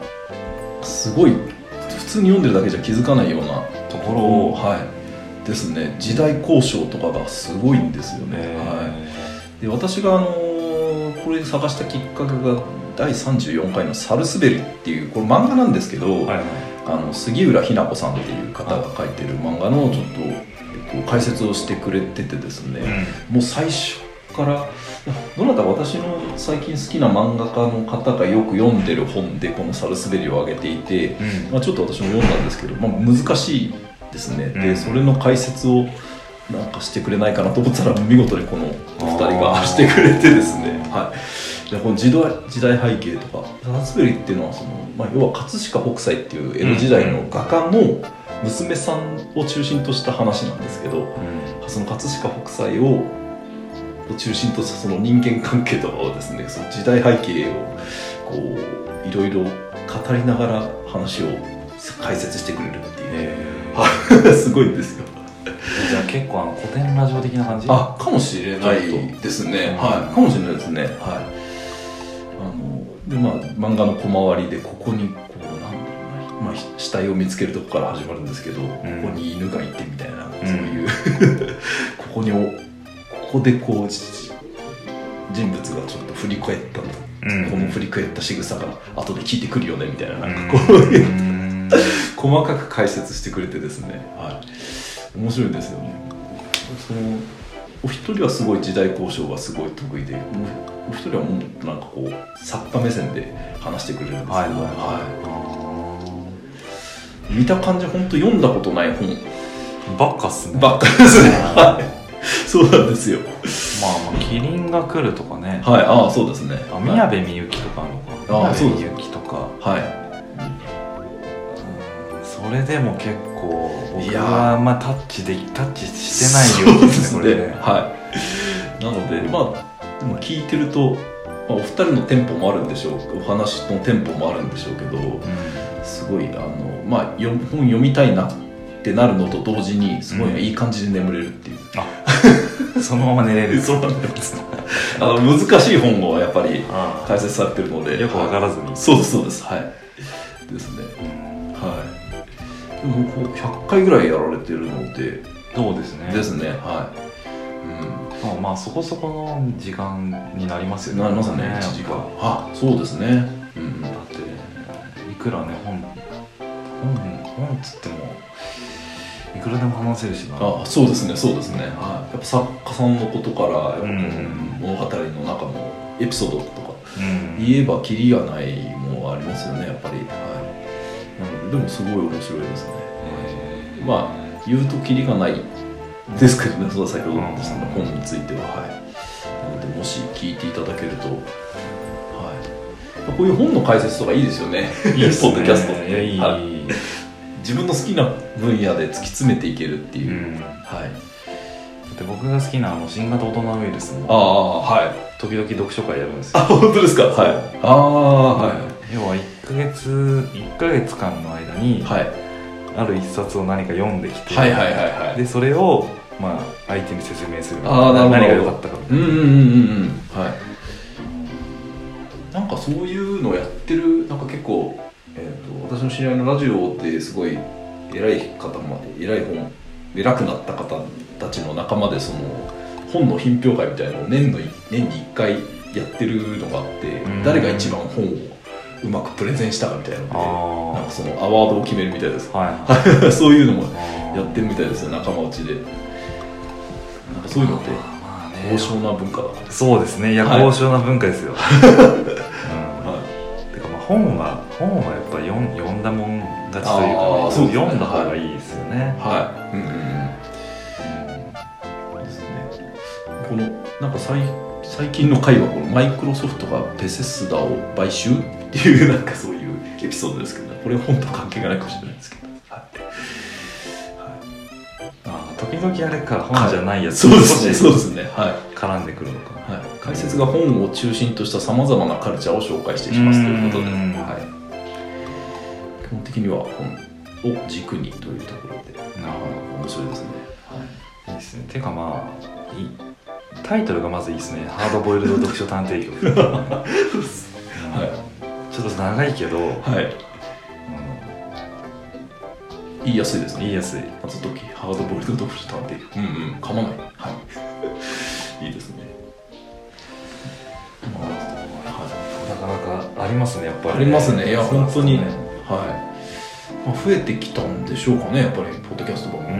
すごい普通に読んでるだけじゃ気づかないようなところを、はいですね、時代考証とかがすごいんですよね、はい、で私が、あのー、これ探したきっかけがだいさんじゅうよんかいのサルスベリっていうこれ漫画なんですけど、はいはい、あの杉浦日奈子さんっていう方が書いてる漫画のちょっと、えっと、解説をしてくれててですね、うん、もう最初からどなた私の最近好きな漫画家の方がよく読んでる本でこのサルスベリを挙げていて、うんまあ、ちょっと私も読んだんですけど、まあ、難しいですね、でそれの解説をなんかしてくれないかなと思ったら見事にこのお二人がしてくれてですね、はい、でこの時代、時代背景とかサルスベリっていうのはその、まあ、要は葛飾北斎っていう江戸時代の画家の娘さんを中心とした話なんですけど、うん、その葛飾北斎を中心としたその人間関係とかをですね、その時代背景をこういろいろ語りながら話を解説してくれるっていう、すごいんですよ。
じゃあ結構あの古典ラジオ的な感じ？
あ、かもしれないですね。はい、かもしれないですね。はい。あのでまあ漫画の小回りでここにこうなんだろうな、まあ死体を見つけるとこから始まるんですけど、うん、ここに犬がいてみたいな、うん、そういうここにここでこう人物がちょっと振り返った
うん、
この振り返った仕草が後で効いてくるよねみたいな、なんかこういう、うん、細かく解説してくれてですね、はい、面白いんですよね。そのお一人はすごい時代交渉がすごい得意で、お一人はもうなんかこう作家目線で話してくれるんですけど、はいはいはい、見た感じ本当読んだことない本
ばっかっすね。
ばっかですね。はい。そうなんですよ。
まあまあキリンが来るとかね。
はい。ああそうですね。
あ、宮部みゆきとかあるのか。
ああそうです。
宮部みゆきとか。
はい。
うん、それでも結構僕はまあタッチでタッチしてないようですね。これね。
はい。なのでまあでも聞いてると、まあ、お二人のテンポもあるんでしょう。お話のテンポもあるんでしょうけど、うん、すごいあのまあ読本読みたいなってなるのと同時にすごいいい感じで眠れるっていう、うん、
あそのまま寝れる。
そうなんですあの難しい本をやっぱり解説されてるので
よく分からずに、
そうですそうですはいですね、うん、はいでもこうひゃっかいぐらいやられてるので
そうですね
ですねはい、
うん、まあ、まあそこそこの時間になりますよね。
なりますねいちじかんあそうですね、うん、
だっていくらね本本本っつってもいくらでも話せるしな。
あそうですねそうですね、はい、やっぱ作家さんのことからやっぱ、うん、物語の中のエピソードとか、うん、言えばキリがないものがありますよねやっぱり、はい、なのででもすごい面白いですね、えー、まあ言うとキリがないですけどねその先ほどのその本については、はい、なのでもし聞いていただけると、はい、こういう本の解説とかいいですよね
いいですね
ポッドキャストって、
いやいい、
はい自分の好きな分野で突き詰めていけるっていう、うん、はい。だ
って僕が好きなあの新型大人ウイルスも
ああはい
時々読書会やるんですよ。
あ本当ですか。はい。ああはい。
要はいっかげついっかげつかんの間に、はい、ある一冊を何か読んできて、
はいはいはいはい。
でそれをまあ相手に説明するみたいな。
あなるほど
何が良かったかみたいな。
うんうんうんうんはい。なんかそういうのをやってるなんか結構。えー、と私の知り合いのラジオですごい偉い方まで偉い本偉くなった方たちの仲間でその本の品評会みたいなのを年の年にいっかいやってるのがあって誰が一番本をうまくプレゼンしたかみたいなのでなんかそのアワードを決めるみたいです、はい、そういうのもやってるみたいですよ仲間内でなんかそういうのって高尚な文化だから
そうですねいや、はい、高尚な文化ですよ、本は本はやっぱり 読, 読んだもん勝ちというか、ね、そう読んだ方がいいですよね。
はい。うんうんうん。ですね。このなんか最最近の回はこのマイクロソフトがベセスダを買収っていうなんかそういうエピソードですけど、ね、これ本と関係がないかもしれないですけど。はい。
あ時々あれか本じゃないやつ、
はい、そうですね。そうですね。はい。
絡んでくるのか。
はい、解説が本を中心としたさまざまなカルチャーを紹介していきますということで、はい、基本的には本を軸にというところで面白いですね、
はい、いいですねてかまあいいタイトルがまずいいですねハードボイルド読書探偵局、はい、ちょっと長いけど、はい
うん、言いやすいですね
言いやすい
謎解きハードボイルド読書探偵局うんうん噛まないはいいいですね
なかなかありますねやっぱり、ね、
ありますねいや本当に、ね、はい、まあ、増えてきたんでしょうかねやっぱりポッドキャストが、うん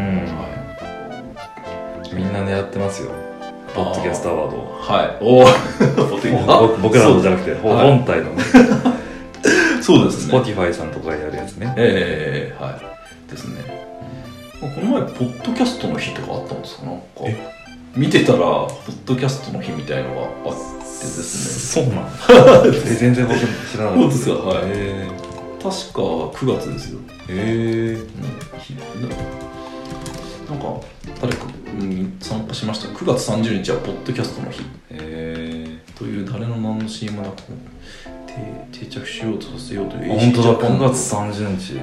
はい、みんなねやってますよポッドキャストアワード
はいお
お僕らのじゃなくて本体のね
そうですね
Spotify さんとかやるやつね
ええー、はいですねこの前ポッドキャストの日とかあったんですかなんか見てたらポッドキャストの日みたいのがあってです
ねそうなんだ全然僕知らなかった
そうですかはい確かくがつですよ
へえ、うん、
なんか誰かに参加しましたくがつさんじゅうにちはポッドキャストの日
へ
という誰の何の シーエム だか定着しようとさせようという
本当だくがつさんじゅうにち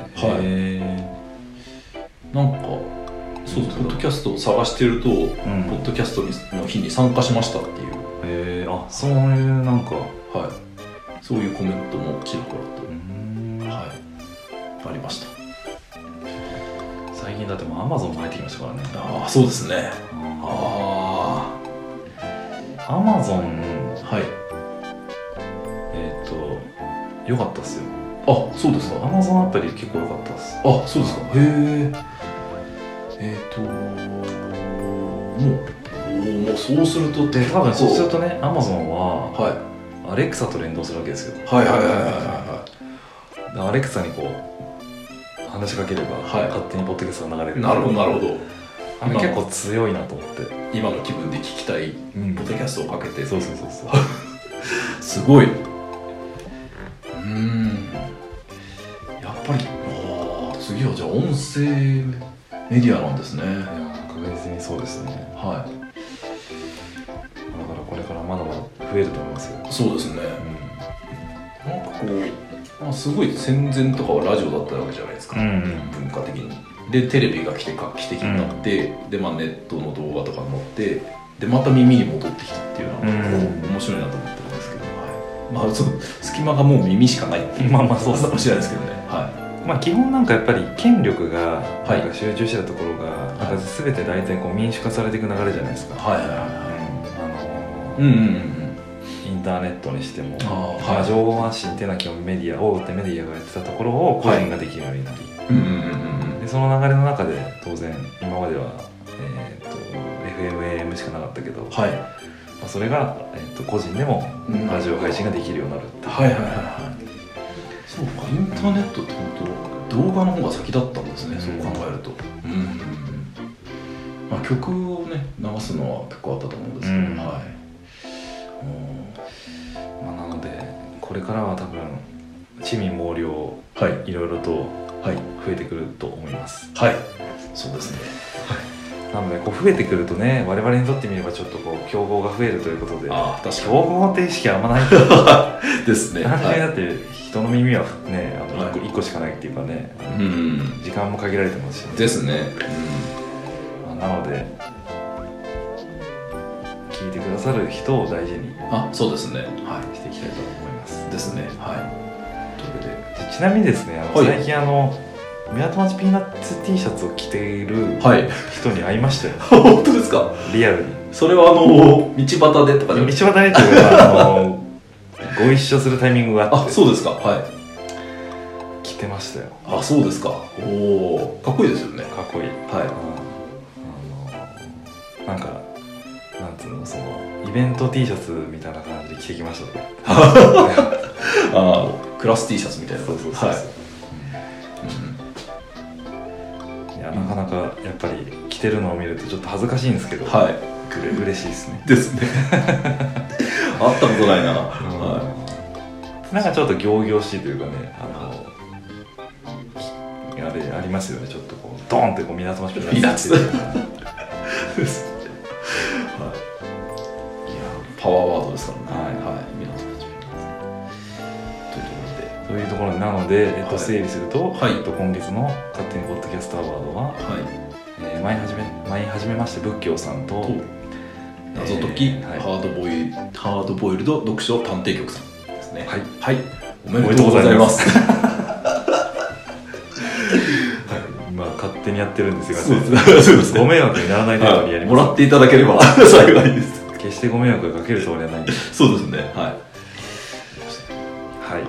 はいなんかそうポッドキャストを探してると、うん、ポッドキャストの日に参加しましたっていう
へえあそういうなんか
はいそういうコメントもちらほらとはいありました
最近だってもう Amazon も入ってきましたからね
ああそうですねあ
あ Amazon
はい
良かったっすよ。
あ、そうですか。
Amazon アプリ結構良かったっす。
あ、そうですか。へえ。えっ、ー、ともうもうそうすると
で多分そうするとね Amazon は、
はい、
アレクサと連動するわけですよ。
はいはいはいはいはいはい。
アレクサにこう話しかければ、はい、勝手にポッドキャストが流れる。
なるほどなるほど。
あれ結構強いなと思って。
今の気分で聞きたいポッドキャストをかけて、うん、
そうそうそうそう
すごい。うーん、やっぱりあ次はじゃあ音声メディアなんですね。いや
確実にそうですね。
はい。
だからこれからまだまだ増えると思いますよ。
そうですね、うん、なんかこう、まあ、すごい戦前とかはラジオだったわけじゃないですか、うんうん、文化的に。でテレビが来て画期的になって、うん、で、まあ、ネットの動画とかに載ってでまた耳に戻ってきたっていうのは、うん、面白いなと思ってるんですけど、はい、まあその隙間がもう耳しかないっていう、まあまあそうかもしれないですけどね、はい。
まあ基本なんかやっぱり権力がなんか集中してたところが、はい、なんか全て大体こう民主化されていく流れじゃないですか。はいはいはい。あのー、うんうんうん。インターネットにしても、あ、はい、情報発信っていうのは基本メディア、大手メディアがやってたところを個人ができるようになり、はい、うんうんうん、でその流れの中で当然今までは、えー、と エフエム、エーエム しかなかったけど、はい、まあ、それが、えー、と個人でもラジオ配信ができるようになるっていう。はいはいはいはい。
そうか、インターネットって本当動画の方が先だったんですね、うん、そう考えると、うんうん、まあ、曲をね流すのは結構あったと思うんですけど、うん、はい、
うん、まあ、なのでこれからは多分地味猛量、はい、いろいろと増えてくると思います。
はい、そうですね、
はい、なのでこう増えてくるとね、我々にとってみればちょっとこう競合が増えるということで、
あ、確かに
競合って意識はあんまない
ですね。
単純にだって人の耳はね、あの 1, 個、はい、いっこしかないっていうかね、うん、時間も限られてますし、ね、
ですね、
うん、まあ、なので聞いてくださる人を大事に、
あ、そうですね、はい、
していきたいと思います
ですね。はい、
というわけで、ちなみにですね、あの、はい、最近あの港町ピーナッツ T シャツを着ている人に会いましたよ、
はい、本当ですか。
リアルに。
それはあの道端でとかで、
道端でというかあのご一緒するタイミングがあって。
あ、そうですか。はい。
着てましたよ。
あ、そうですか。おお、かっこいいですよね。
かっこいい。はい。うん、あのなんかなんつうの、そのイベント T シャツみたいな感じで着てきましたね。
ああ、クラス T シャツみたいな。
そうそうそう。はい。うん、いや、なかなかやっぱり着てるのを見るとちょっと恥ずかしいんですけど。はい。うれ嬉しいですね。
ですね。会ったことないな、うん、は
い、なんかちょっと仰々しいというかね、あのあれありますよね、ちょっとこうドーンってこう港町ピーナッツですね。
はい、いやパワーワードですからね。はいはい、港町ピーナッツというところで、
というところなので、えっと、整理すると、はい、えっと、今月の勝手にポッドキャストアワードは、はい、えー、前はじめ前はじめまして仏教さんと。と
謎解き、えーはい、ハードボイルハードボイルド読書探偵局さんですね。はい、はい、おめでとうございます。
はい、まあ勝手にやってるんですが、
そうですね、
ご迷惑にならない程度にやります。
もらっていただければ幸いです。
決してご迷惑がかけるつもりはないんで。
そうですね。はい。はい 、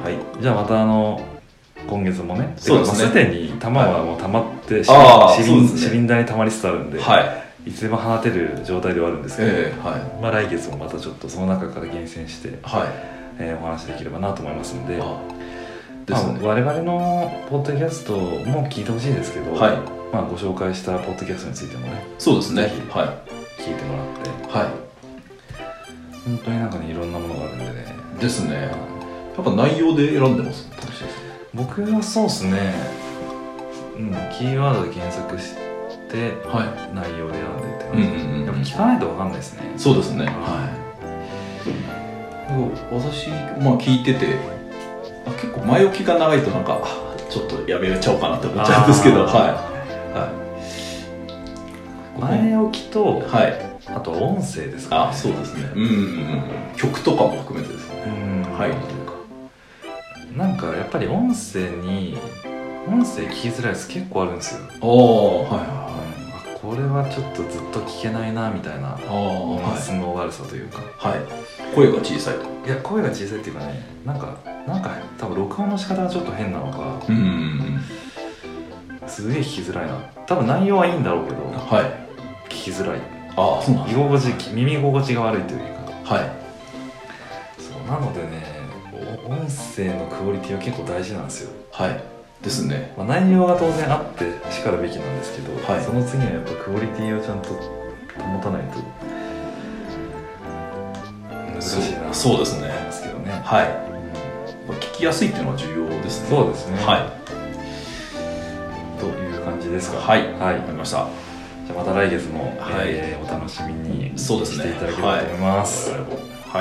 はい、じゃあまたあの今月もね、
そうですね。
すでに玉はもう溜まって、
はい、
シリン、シリンダーに溜まりつつあるんで。
はい。
いつでも放てる状態ではあるんですけど、
えーはい、
まあ、来月もまたちょっとその中から厳選して、はい、えー、お話できればなと思いますので、あですね、まあ、我々のポッドキャストも聞いてほしいですけど、はい、まあ、ご紹介したポッドキャストについてもね、
そうですね、
ぜひ聞いてもらって、はい、本当になんかね、いろんなものがあるんでね。
ですね。やっぱ内容で選んでます。
僕はそうですね、うん、キーワードで検索してで、はい、内容で選んでって感じで、うんうんうん、やっぱ聞かないと分かんないですね。
そうですね、はい、私、まあ、聞いてて結構前置きが長いとなんかちょっとやめちゃおうかなって思っちゃうんですけど、はいはい、
前置きと、はい、あと音声ですかね。
あ、そうですね、うんうんうん、曲とかも含めてですね、うん、はい、
なんかやっぱり音声に音声聞きづらいやつ結構あるんですよ。
おー、はいはい、
ここれはちょっとずっと聞けないなみたいな音質の悪さというか、
はい、声が小さいと。
いや声が小さいっていうかね、なんかなんか多分録音の仕方がちょっと変なのか、
うん、
すげえ聞きづらいな。多分内容はいいんだろうけど、
はい、
聞きづらい。
ああ、そうなんです。
居心地、耳心地が悪いというか、
はい、
そうなのでね、音声のクオリティは結構大事なんですよ。
はいですね。
まあ、内容が当然あってしかるべきなんですけど、
はい、そ
の次にはやっぱクオリティをちゃんと保たないと難しいな。
そうですね。
ですけどね。
はい。うん、聞きやすいっていうのは重要ですね。
そうですね。
はい。
という感じですか。
はい。
はい。
わかりました。
じゃあまた来月も、
はい、
えー、お楽しみに
そうですね。
していただければと思います。
はい。はい。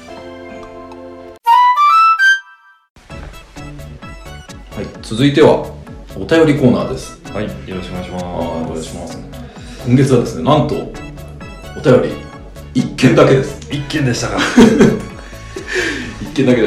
はい、続いてはお便りコーナーです。
はい、よろしくお願いします。
お願いします。今月はですね、なんとお便り一件だけです。
一件でしたか。
一件だけです。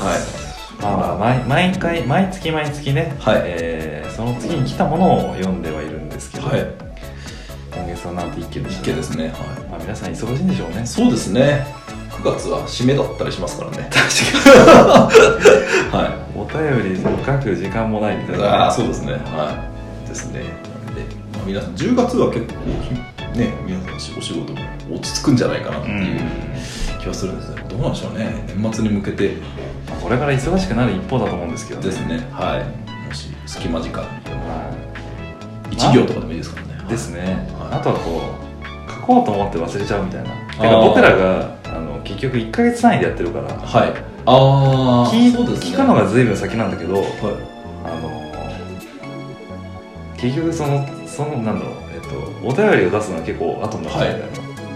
はい。
まあ、毎, 毎回毎月毎月ね、
はい、
えー、その次に来たものを読んではいるんですけど、
はい、
今月はなんと一件でした。
一件ですね。はい。
まあ、皆さん忙しいんでしょうね。
そうですね。くがつは締めだったりしますからね。
確かに。
はい。
お便り書く時間もないみたいな、ね。
ああ、そうですね。はい。ですね。なんで、まあ、皆さんじゅうがつは結構ね、皆さんお仕事も落ち着くんじゃないかなっていう気はするんですけど、どうなんでしょうね。年末に向けて、
まあ、これから忙しくなる一方だと思うんですけどね。
ですね。はい。もし隙間時間でも、
はい、
いち行とかでもいいですからね。
ですね。
はい、
あとはこう書こうと思って忘れちゃうみたいな。てか僕らがあの結局いっかげつ単位でやってるから。
はい。ああ、
聞,
そうですね、
聞くのが随分先なんだけど、はい、あの結局そのそのなんだろう、えっとお便りを出すのは結構後になっちゃうみたいな、はい、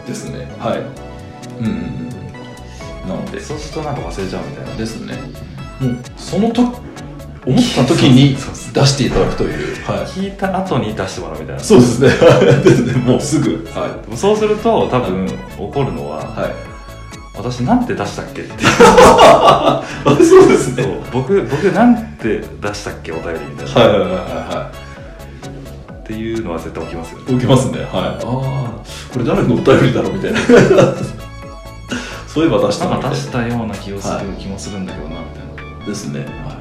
ですね。はい。うんうんうん。なので
そうするとなんか忘れちゃうみたいな。
ですね。もうそのと思った時に出していただくという、はい、
聞いた後に出してもらうみたいな。
そうですね。ですね。もうすぐ。はい。
そうすると多分起こるのは。はい。私なんて出したっけって
そうですね。
そう僕僕なんて出したっけお便りみたいな、
はいはいはいはい、
っていうのは絶対起きますよね。
起きますね。はい。ああ、これ誰のお便りだろうみたいな。そういえば出した
なんか出したような気をする、はい、気もするんだけどなみたいな。
ですね。はい。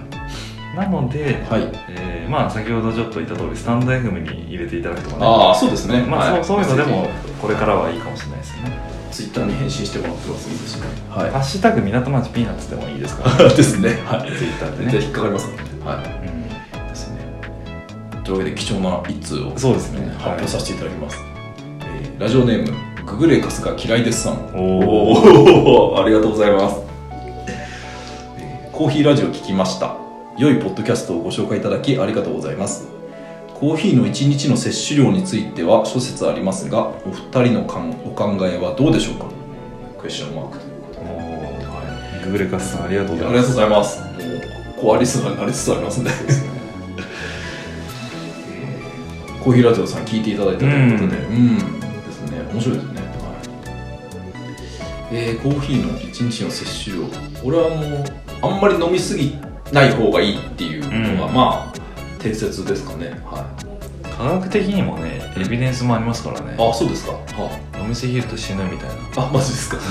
なので、はい、えー、まあ先ほどちょっと言った通りスタンド エフエム に入れていただくとかね。
ああ、そうですね。
まあ、はい、そう、そういうのでもこれからはいいかもしれないですよね。
ツイッターに返信してもらってますいいですね。はい。
ハッシュタグ港町ピーナッツでもいいですか。
ですね。はい。
ツイッターでね。
絶対引っかかりますので、ね。はい。うん。ですね。というわけで貴重な一通を
そうですね。
発表させていただきます。はい、えー、ラジオネームググレカスが嫌いですさん。
お
お。ありがとうございます。えー、コーヒーラジオ聞きました。良いポッドキャストをご紹介いただきありがとうございます。コーヒーのいちにちの摂取量については諸説ありますが、お二人のかんお考えはどうでしょうか。クエスチョンマークということで、
はい、ググレカスさんありがとうございます。
ありがとうございます。もうコアリスナーになりつつありますね。コーヒーラジオさん聞いていただいたということで、うん、うんですね、面白いですね。はい、えー、コーヒーのいちにちの摂取量、俺はもうあんまり飲みすぎない方がいいっていうのが、うん、まあ定説ですかね。はい。
科学的にもね、エビデンスもありますからね。
あ、そうですか。は
あ、飲みすぎると死ぬみたいな。
あ、マジですか。はい。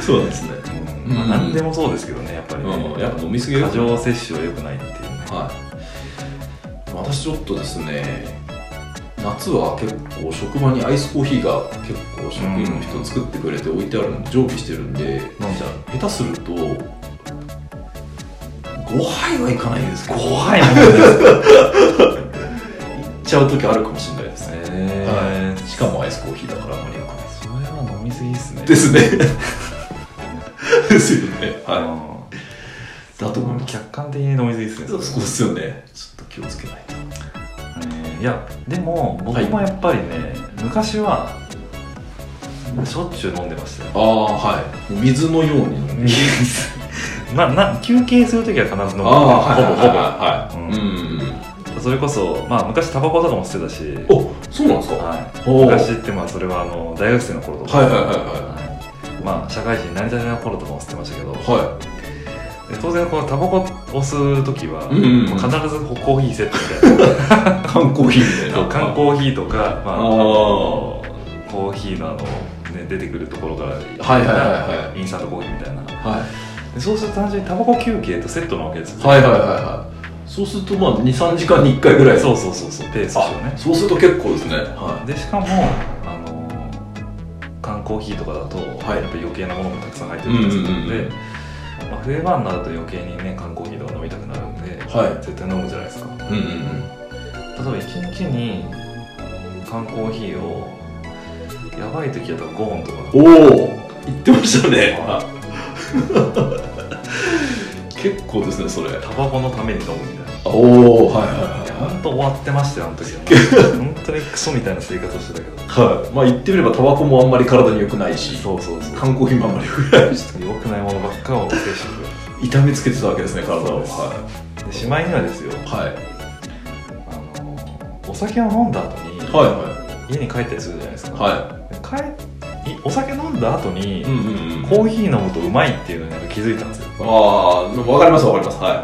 そうなんですね。
うん、まあ、何でもそうですけどね、やっぱりね。
うん、やっぱ飲みすぎる。
過剰摂取は良くないっていうね。
はい。私ちょっとですね、夏は結構職場にアイスコーヒーが結構職員の人作ってくれて置いてあるんで、常備してるんで、飲んじゃう。下手するとごはいはいかないですけど、
ごはい飲むんですか。
いっちゃう時あるかもしれないですね。
へー、
はい、しかもアイスコーヒーだからあんまりよくない。
それは飲みすぎですね。
ですね。ですよね。はい。だと思います。
客観的に飲みすぎですね。
そうですよね。ちょっと気をつけないと。
えー、いやでも僕もやっぱりね、はい、昔はしょっちゅう飲んでましたよ。
ああ、はい。水のように飲んで。
まあ、な休憩するときは必ず飲む。
ああ、はい、
ほぼほぼ。
はい。うん。
それこそ、まあ、昔タバコとかも吸ってたし。
お、そうなんですか。
はい。昔ってまあそれはあの大学生の頃とか。
はいはいはいはい。
まあ社会人になりたての頃とかも吸ってましたけど。
はい。
当然このタバコを吸う時は、うんうんうん、必ずコーヒーセットみたいな
缶コーヒーみたいな
缶コーヒーとか、まあ、あのコーヒーのあの、ね、出てくるところから
はいはいはいはい、
インスタントコーヒーみたいな、
はい、
でそうすると単純にタバコ休憩とセットなわけですよ、
はいはいはいはい。そうするとまあ にさんじかんにいっかいぐらい、
そうそうそうそうペースをね。そう
すると結構ですね、
はい、でしかもあの缶コーヒーとかだと、はい、やっぱり余計なものもたくさん入ってるんですので、うんうんうん、まあ、冬場になると余計にね缶コーヒーとか飲みたくなるんで、はい、絶対飲むじゃないですか、うんうんうん、例えばいちにちに缶コーヒーをやばい時だとごほんとか、
おお言ってましたね、結構ですねそれ。
タバコのために飲むみたいな。
おお、はいはいはい。
本当終わってましたよあの時は。本当にクソみたいな生活をしてたけど。
はい。まあ言ってみればタバコもあんまり体に良くないし、
そうそうそう。
缶コーヒーもあんまり良くないし、
良くないものばっかを摂取す
る。痛めつけてたわけですね体を。はい。
でしまいにはですよ。はい。あのお酒を飲んだ後に、はいはい、家に帰ったりするじゃないですか。はい。帰お酒飲んだ後に、うんうんうん、コーヒー飲むとうまいっていうのになんか気づいたんですよ。
ああ、わかりますわかります。はい。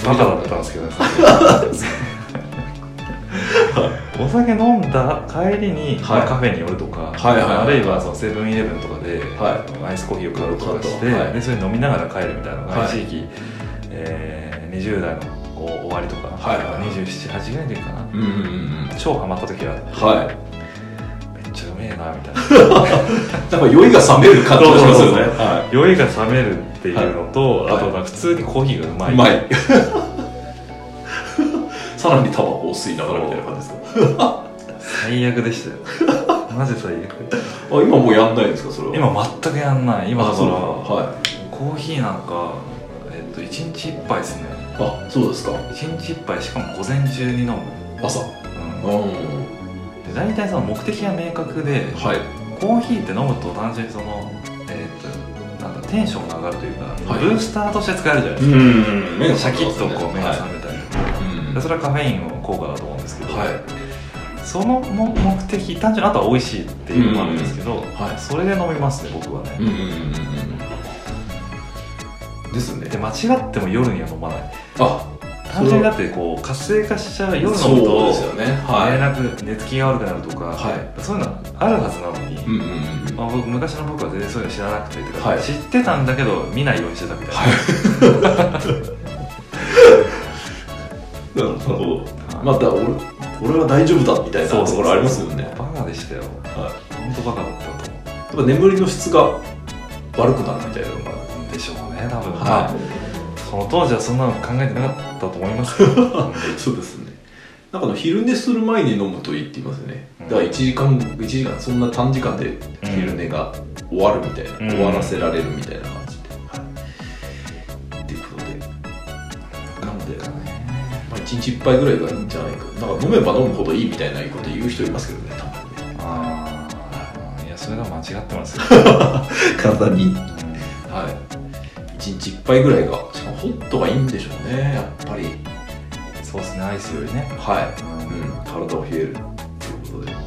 バカだったんですけど、ね、お酒飲んだ帰りに、はい、カフェに寄るとか、はいはいはい、あるいはそのセブンイレブンとかで、はい、アイスコーヒーを買うとかして、はい、でそれ飲みながら帰るみたいなのが、はい、一時期、えー、にじゅう代のこう終わりとか、はいはい、にじゅうなな、はちぐらいの時かな、うんうんうん、超ハマった時があって、はい、めっちゃうめえなみたいな
なんか酔いが冷める感じがしますよね。
はい、酔いが冷めるっていうのと、はい、あとなんか普通にコーヒーがうまい、うまい
さらにタバコを吸いながらみたいな感じですか。
最悪でしたよマジ最悪。
あ、今もうやんないんですかそれは。
今全くやんない。今だから、はい、コーヒーなんか、えっと、いちにちいっぱいですね。
あ、そうですか。
いちにちいっぱい、しかも午前中に飲む。
朝。うん、うん、で
大体その目的が明確で、はい、コーヒーって飲むと単純にその、えー、っとなんだテンションが上がるというか、はい、ブースターとして使えるじゃないですか。うんうん、シャキッとこう目が覚めたりとか、はい、でそれはカフェインの効果だと思うんですけど、はい、その目的単純にあとは美味しいっていうのもあるんですけど、うんうん、はい、それで飲みますね僕はね。うんうんうんうん、ですね。で間違っても夜には飲まない。あ、単純にだってこう活性化しちゃう、夜飲むと寝れなく寝つきが悪くなるとか、はい、そういうのあるはずなのに、うんうんうん、まあ、僕昔の僕は全然そういうの知らなくて、はい、知ってたんだけど見ないようにしてたみたいな。
なるほど。また俺俺は大丈夫だみたいなところありますよね。
バカでしたよ。はい、本当バカだったと思う。
やっぱ眠りの質が悪くなるみたいなのが
あるんでしょうね多分。はい、まあその当時はそんなの考えてなかったと思いますけど
そうですね。なんかの昼寝する前に飲むといいって言いますね。だからいちじかん、いちじかんそんな短時間で昼寝が終わるみたいな、うん、終わらせられるみたいな感じで、はい、っていうことで、なので、まあ、いちにちいっぱいぐらいがいいんじゃないか。なんか飲めば飲むほどいいみたいなこと言う人いますけどね、多分ね。
ああ、いやそれが間違ってますよ
体に、うん、はい、いちにちいっぱいぐらいが、しかもホットがいいんでしょうね、やっぱり。
そうですね、アイスよりね。
はい、うん、体を冷えるっていうことで。い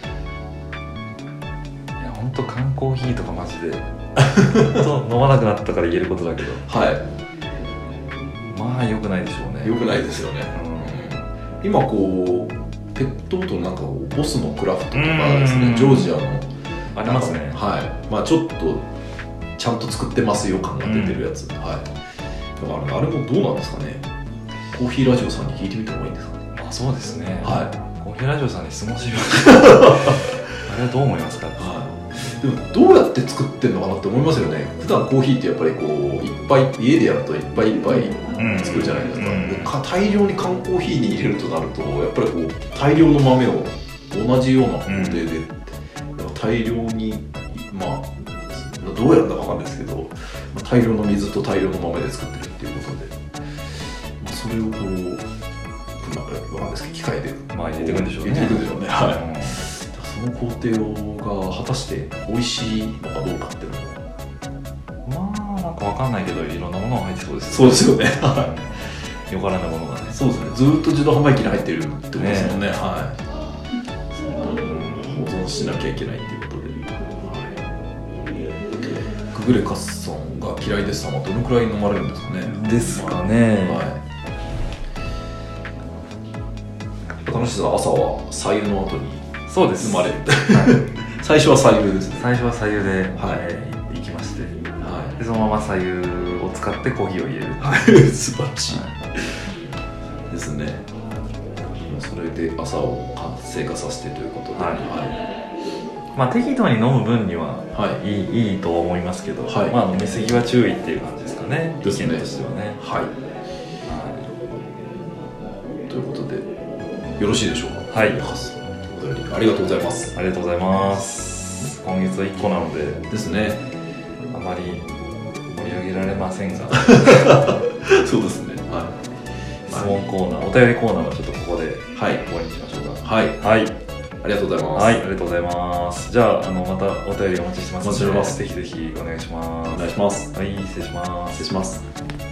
や、ほんと缶コーヒーとかマジでほんと飲まなくなったから言えることだけど、はい、まあ良くないでしょうね。
良くないですよね、うん、今こうペットボトルなんかボスのクラフトとかですね、ジョージアの
ありますね。
はい、まあちょっとちゃんと作ってますよ感が出てるやつ、うん、はい、だからあれもどうなんですかね。コーヒーラジオさんに聞いてみた方がいいんですかね。
あ、そうですね、
はい、
コーヒーラジオさんに質問してみましたあれはどう思いますか。はい、
でもどうやって作ってんのかなって思いますよね。普段コーヒーってやっぱりこういっぱい家でやるといっぱいいっぱい作るじゃないですか、うんうん、か大量に缶コーヒーに入れるとなるとやっぱりこう大量の豆を同じような工程で、うん、やっぱ大量に、まあどうやるんだかわかんないですけど、大量の水と大量の豆で作ってるっていうことで、それをこうわかんないですけど機械で
まあ入れていくんでしょうね。
入れていくんでしょうね。はい。その工程が果たして美味しいのかどうかっていう
のもまあなんかわかんないけどいろんなものが入ってそうです
ね。そうですよね。
よからぬものがね。
そうですね。ずっと自動販売機に入ってるってことですもんね。ね、はい。保存しなきゃいけないっていうことで。はい、ググレカスさんが嫌いですさんはどのくらい飲まれるんですかね。
ですかね、
はい。楽しさ朝は白湯の後に
そうです
飲まれる、はい、最初は白湯ですね。
最初は白湯で、
はい
えー、行きまして、
はい、
でそのまま白湯を使ってコーヒーを入れる、
はい、素晴らしい、はい、ですね。それで朝を活性化させてということで、はいはい、
まあ、適度に飲む分には、はい、いい、いいと思いますけど、はい、まあ、飲み過ぎは注意っていう感じですかね、意見としてはね。
はい、はい、ということでよろしいでしょうか。はい、ありがとうございます。
ありがとうございます。今月はいっこなので
ですね、
あまり盛り上げられませんが
そうですね、はい、
質問コーナー、お便りコーナーはちょっとここで終わりにしましょうか。はい、はい、
ありがとうございます。
はい、ありがとうございます。じゃあ、あのまたお便りお待ちしてますので、ますぜひぜひお願いします。
お願いします。
はい、失礼します。
失礼します。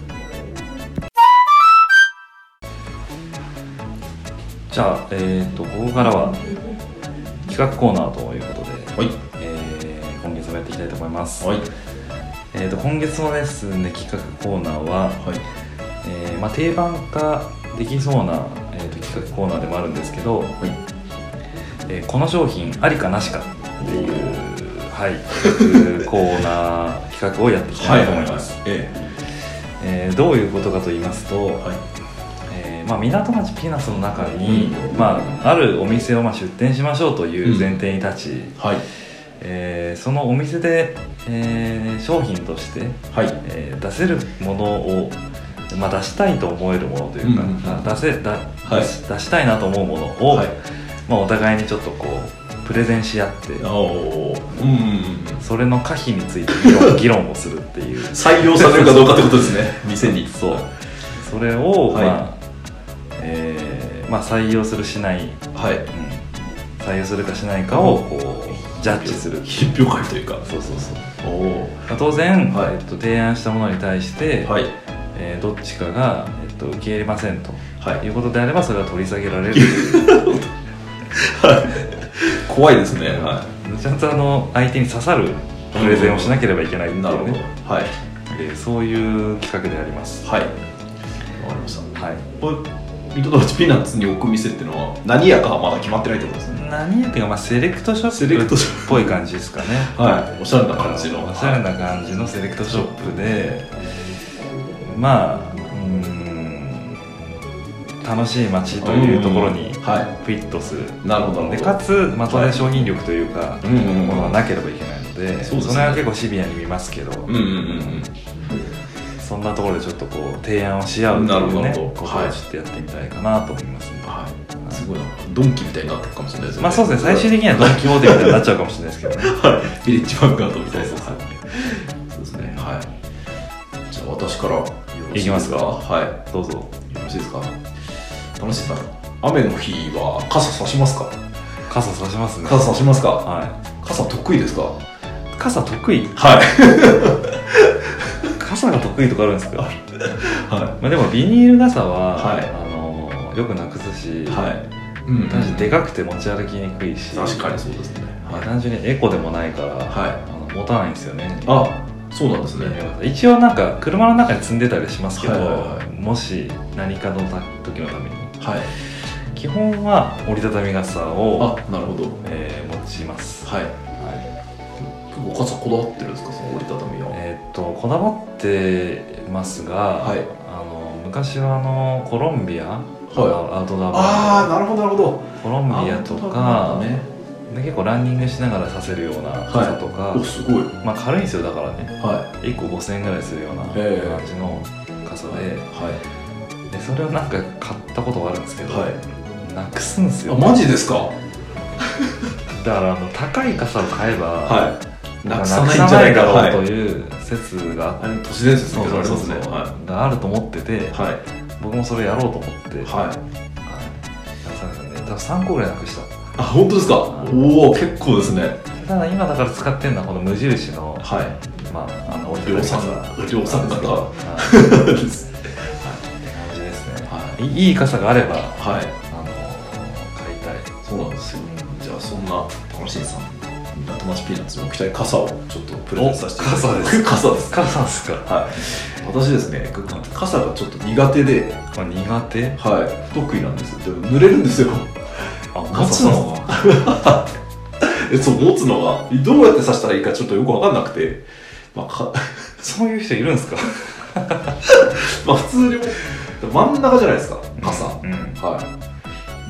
じゃあ、えーと、ここからは企画コーナーということで、
はい、
えー、今月もやっていきたいと思います。
はい、
えーと、今月のですね、企画コーナーは、はい、えーまあ、定番化できそうな、えーと、企画コーナーでもあるんですけど、はい、えー、この商品ありかなしかっていう、はい、コーナー企画をやっていきたいと思います。えー、どういうことかと言いますと、はい、えーまあ、港町ピーナッツの中に、うん、まあ、あるお店をまあ出店しましょうという前提に立ち、うん、はい、えー、そのお店で、えー、商品として、はい、えー、出せるものを、まあ、出したいと思えるものというか、うん、出せだ、はい、出したいなと思うものを、はい、まあ、お互いにちょっとこうプレゼンし合って、お、うん、それの可否について議論、議論をするっていう
採用されるかどうかってことですね店に。
そう、それを、はい、まあえーまあ、採用するしない、はい、うん、採用するかしないかをこうジャッジする
品評会というか。
そうそうそう。お、当然、はい、えっと、提案したものに対して、はい、えー、どっちかが、えっと、受け入れませんと、はい、いうことであればそれは取り下げられるという
怖いですね、は
い、ちゃんとあの相手に刺さるプレゼンをしなければいけないっていうね、
はい、
えー、そういう企画であります。
はい、わかりました。はい、これミートドーチピーナッツに置く店っていうのは何屋かはまだ決まってないってことですね。
何屋っていうか、まあ、セレクトショップっぽい感じですかね
はい、おしゃれな感じの
おしゃれな感じのセレクトショップで、まあ、うーん、楽しい街というところにフィットする、
なるほど。
でかつ、まあ、当然商品力というか、はい、ものがなければいけないので、うんうん、 そ, で、ね、その辺は結構シビアに見ますけど、うんうんうん、そんなところでちょっとこう提案をし合うというね、ことをちょっとやってみたいかなと思いますね。はい、
すごいな、ドンキみたいになってるかもしれないですね。
まあそうですね、最終的にはドンキホーテみたいになっちゃうかもしれないですけどね
はい、ビレッジヴァンガードみたいな。そうですね、はい。じゃあ私からよろしいですか。はい、
どうぞ。よ
ろしいですか。楽しいさん、雨の日は傘差しますか。
傘差しますね。
傘差しますか。
はい。
傘得意ですか。
傘得意。
はい
傘が得意とかあるんですか。はい。まあでもビニール傘は、はい、あのよくなくすし、はい、うん、単純にでかくて持ち歩きにくいし、
確かにそうですね。
はい、単純にエコでもないから、はい、あの持たないんですよね。
あ、そうなんですね。
一応なんか車の中に積んでたりしますけど、はいはいはい、もし何かの時のために、はい、基本は折りたたみ傘を、
あ、なるほど、
えー、持ちます。はい。はい、
結構傘こだわってるんですか、その折りたたみは。
えー、っとこだわってますが、はい、あの昔はあのコロンビア、はい、アウトドアバー、
ああ、なるほどなるほど。
コロンビアとか、ね、で結構ランニングしながらさせるような傘とか、はい、お、すごい、まあ、軽いんですよ。だからね、はい、いっこごせんえんぐらいするような感じの傘で、はい、でそれをなんか買ったことがあるんですけど、はい、なくすんですよ。
あ、マジですか。
だからあの高い傘を買えば、はい、
なくさないんじゃないか
ろうという説が、
はい、都市伝説って言われますね。
があると思ってて、はい、僕もそれやろうと思って、はい、多分さんこぐらいなくした。
あ、本当ですか。おお、結構ですね。
ただ今だから使ってるのはこの無印の、はい、まああの
量産量産型です
って感じですね。はい、いい傘があれば、はい、あの買いたい。
そうなんですよ。じゃあそんな楽しいさんに港町ピーナッツに置きたい傘をちょっとプレゼンさせていただきます。
傘です
傘です。
傘ですか。
はい。私ですね、傘がちょっと苦手で、
あ、苦手？
はい、不得意なんです。でも濡れるんですよ。
あ、
持つのがえ、そう、持つのがどうやって刺したらいいかちょっとよく分かんなくて、まあ、か
そういう人いるんですか？
まあ普通に真ん中じゃないですか、傘、
うんうん、
はい、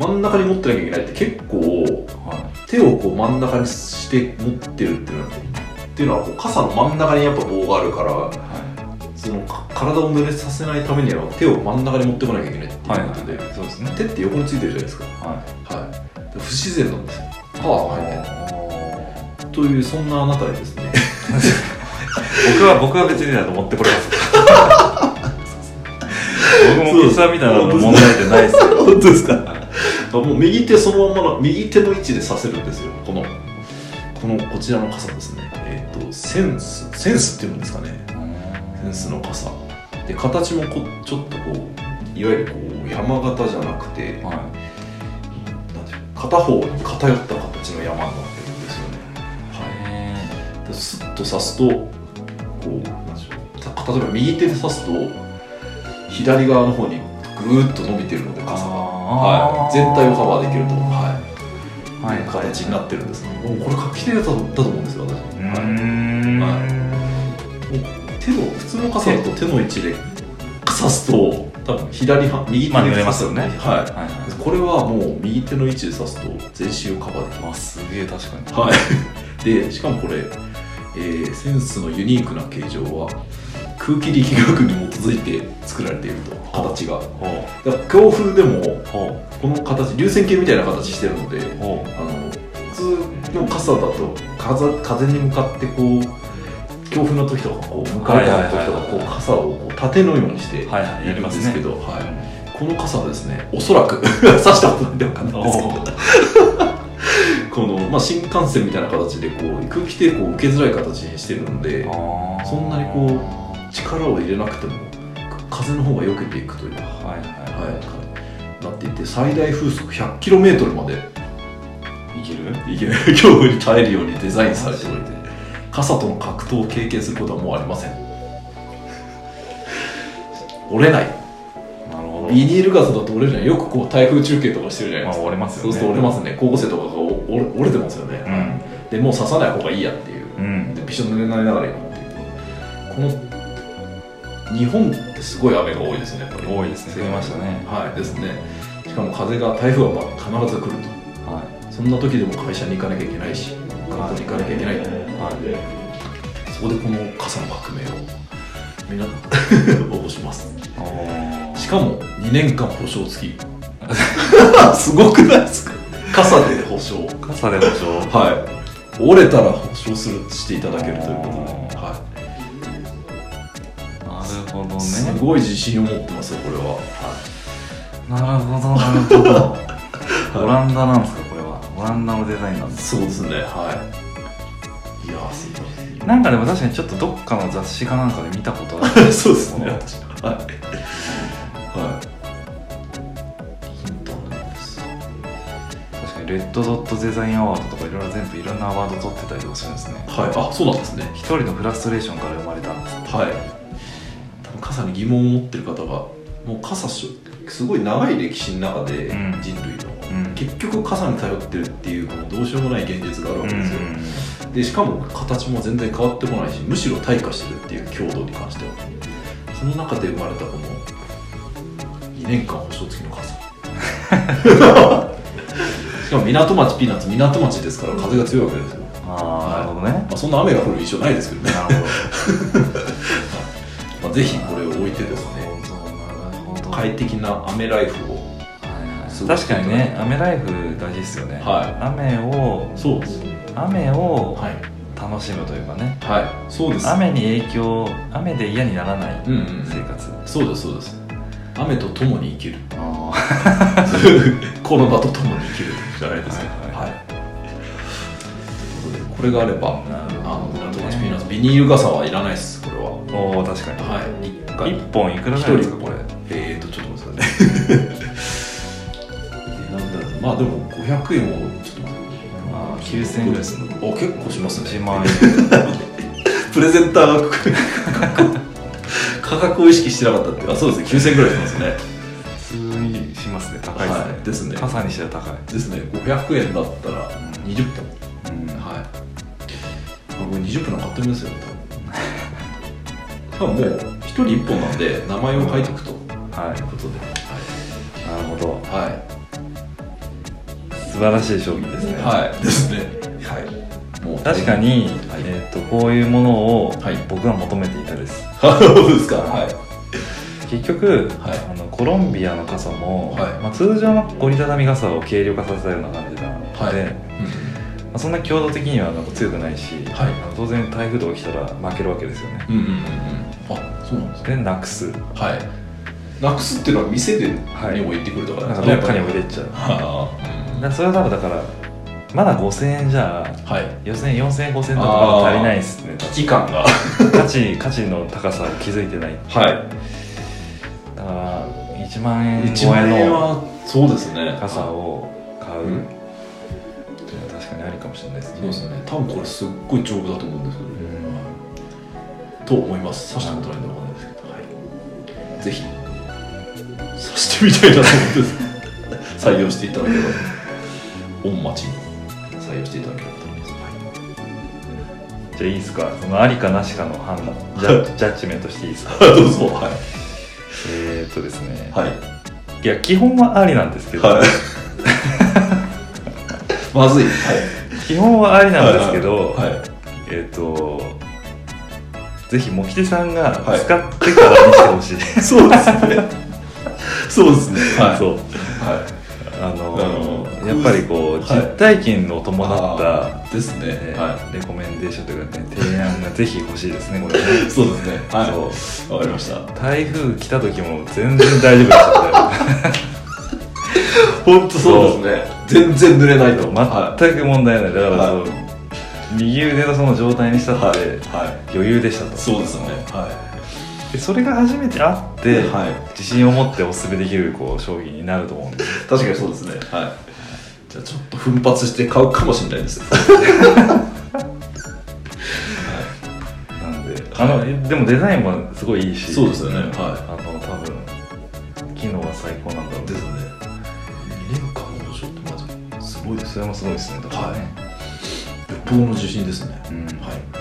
真ん中に持ってなきゃいけないって結構、はい、手をこう真ん中にして持ってるっていうのは、っていうのはこう傘の真ん中にやっぱ棒があるから、はい、その体を濡れさせないためには手を真ん中に持ってこなきゃいけないっていうことで、はいはい、そうですね、手って横についてるじゃないですか、はいはい、不自然なんですよ、パワーが入ってるという、そんなあなたにですね
僕は僕は別にだと持ってこれます僕もピザみたいなの問題じゃないですけど。
本当ですか、はい、もう右手そのままの右手の位置で刺せるんですよ、このこのこちらの傘ですね、えっ、ー、とセンスセンスっていうんですかね、センスの傘で、形もこちょっとこういわゆるこう山形じゃなくて、はい、なんていう片方に偏った形の山になってるんですよね、はい、でスッと刺すとこうなんでしょう、例えば右手で刺すと左側の方にぐーっと伸びてるので傘が、はい、全体をカバーできると、はいはい、形になってるんです、ね、もうこれ画期的だと思うんですよ、私。はいはい、手の普通の傘だと手の位置で刺すと多分左右手で
刺ますよね、はい
はいはい、これはもう右手の位置で刺すと全身をカバーできます。
あ、すげえ、確かに、
はい、でしかもこれ、えー、センスのユニークな形状は空気力学に基づいて作られていると、形が、だから強風でもこの形、流線形みたいな形してるので、あの普通の傘だと 風, 風に向かってこう強風の時とかこう向かいた時とかこう傘をこう縦のようにしているんですけど、はいはいはい、この傘はですね、おそらく刺したことないで分かんないんですけどこの、まあ、新幹線みたいな形でこう空気抵抗を受けづらい形にしてるので、そんなにこう力を入れなくても風の方が避けていくという、はいはいはい、なっていて、最大風速 ひゃくキロメートル までいけるいける強風に耐えるようにデザインされておいて、傘との格闘を経験することはもうありません。折れない。
なるほど。
ビニール傘だと折れるじゃない。よくこう台風中継とかしてるじゃないですか、
まあ、折れますよね。
そうすると折れますね。高校生とかが折 れ, 折れてますよね、うん、でもう刺さない方がいいやっていう、うん、でびしょ濡れないながらいいっていう、この日本ってすごい雨が多いですね、やっぱり。
多いですね。降りましたね。
はいですね。しかも風が、台風はまあ必ず来ると、はい、そんな時でも会社に行かなきゃいけないし、学校に行かなきゃいけない、はい、そこでこの傘の革命をみんな応募します。しかもにねんかん保証付きすごくないですか。傘で保証、
傘で保証、
はい、折れたら保証するしていただけるということで、はい、
なるほどね。
すごい自信を持ってますよ、これは。
はい、なるほど、なるほど。オランダなんですか、これは。オランダのデザインなんですか。
そうですね、はい。いやー、すごい。
なんかでも確かにちょっとどっかの雑誌かなんかで見たことある。
そうですね、はい。はい。ヒントなんです。
確かにレッドドットデザインアワードとかいろいろ全部いろんなアワード取ってたりとかするんですね。
はい、あ、そうなんですね。
一人のフラストレーションから生まれたんです。
はい。多分傘に疑問を持ってる方が、もう傘すごい長い歴史の中で、うん、人類の、うん、結局傘に頼ってるっていうこのどうしようもない現実があるわけですよ、うん、でしかも形も全然変わってこないし、むしろ退化してるっていう強度に関しては、その中で生まれたこのにねんかん保証付きの傘しかも港町ピーナッツ、港町ですから風が強いわけですよ。
ああ、なるほどね。
まあ、そんな雨が降る一緒ないですけどね。なるほどまあ、ぜひこれを置いてですね、快適な雨ライフを、
確かにね、雨ライフ大事ですよね、はい、雨を
そうです
雨を楽しむというかね、
はい、そうです。
雨に影響、雨で嫌にならない生活、
うんうん、そうですそうです。雨と共に生きるコロナと共に生きるじゃないですか、はいはいはい、これがあれば、あの港町ピーナッツビニール傘はいらないです。これは
おお、確かに、
はい、
いっぽんいくらぐらいですかこれ。
えーとちょっと待ってくださいねなんだろう、まあでもごひゃくえんをちょっと待って、
きゅうせんえんぐらいするの。
あ、結構しますね。いちまんえんプレゼンターが価格を意識してなかったって。あ、そうですね、きゅうせんえんぐらいしますね。
普通にしますね。高いですね、はい、
ですね。
傘にしては高い
ですね。ごひゃくえんだったらにじゅっぽん、うん、はい。僕にじゅっぽん買ってるんですよ、多分。多分もうひとりいっぽんなんで名前を書いておくと、はい、いうことで、
はい、なるほど、
はい、
素晴らしい商品ですね。
はいですね。はい。もう
確かに、はい、えー、とこういうものを僕は求めていたです。
そうですか。はい。
結局、はい、あのコロンビアの傘も、はい、まあ、通常の折りたたみ傘を軽量化させたような感じなので、はい、うん、まあ、そんな強度的にはなんか強くないし、はい、当然台風とか来たら負けるわけですよね。うんうんうんうん。あ、そうなんですね。でなくす。はい。なくすっていうのは店でに置いてくるとか、はい、なんかどっかに置いてっちゃう。はあ、うん、それは多分だからまだごせんえんじゃ、はい、よんせんえんよんせんえんごせんえんだとまだ足りないですね。
危機感が
価値価値の高さを気づいてない。はい。だからいちまんえん超えの
そうですね
傘を買うっていうのは確かにありかもしれないですね。
そうですね。多分これすっごい丈夫だと思うんですけど、うん、と思います。刺したことないんでわかんないですけど、はい、ぜひ刺してみたいなと思って採用していただければ、御町に採用していただければと思います。はい、
じゃあいいですか、そのありかなしかの判断、ジャッジャッジメントしていいですか。
どうぞ。はい。
えーっとですね、
はい、
いや基本はありなんですけど、はい、
まずい、はい、
基本はありなんですけど、はいはい、えーっとぜひ茂吉さんが使ってからにしてほしい、はい、
そうですねそうですね、はい、そう、はい、
あのー、やっぱりこう実体験を伴った
ですね、
はい、レコメンデーションというかね、提案がぜひ欲しいですね、これね。
そうですね、はい、そう、わかりました。
台風来た時も全然大丈夫でしたね。
本当そうですね、全然濡れないと。
全く問題ない。だからそう、はい、右腕のその状態にしたって、はいはい、余裕でしたと。
そうですね、はい、
でそれが初めてあって、はい、自信を持ってお勧めできるこう商品になると思うんです。
確かにそうですね、はい、じゃあちょっと奮発して買うかもしれないです。
なんで、あの、はい、でもデザインもすごいいいし、
そうですよね、はい、あ
の多分機能は最高なんだろう
ですね。にねんかんの保証ってまずすごいです。
それもすごいですね。だからね、はい、
よっぽどの自信ですね、うん、はい、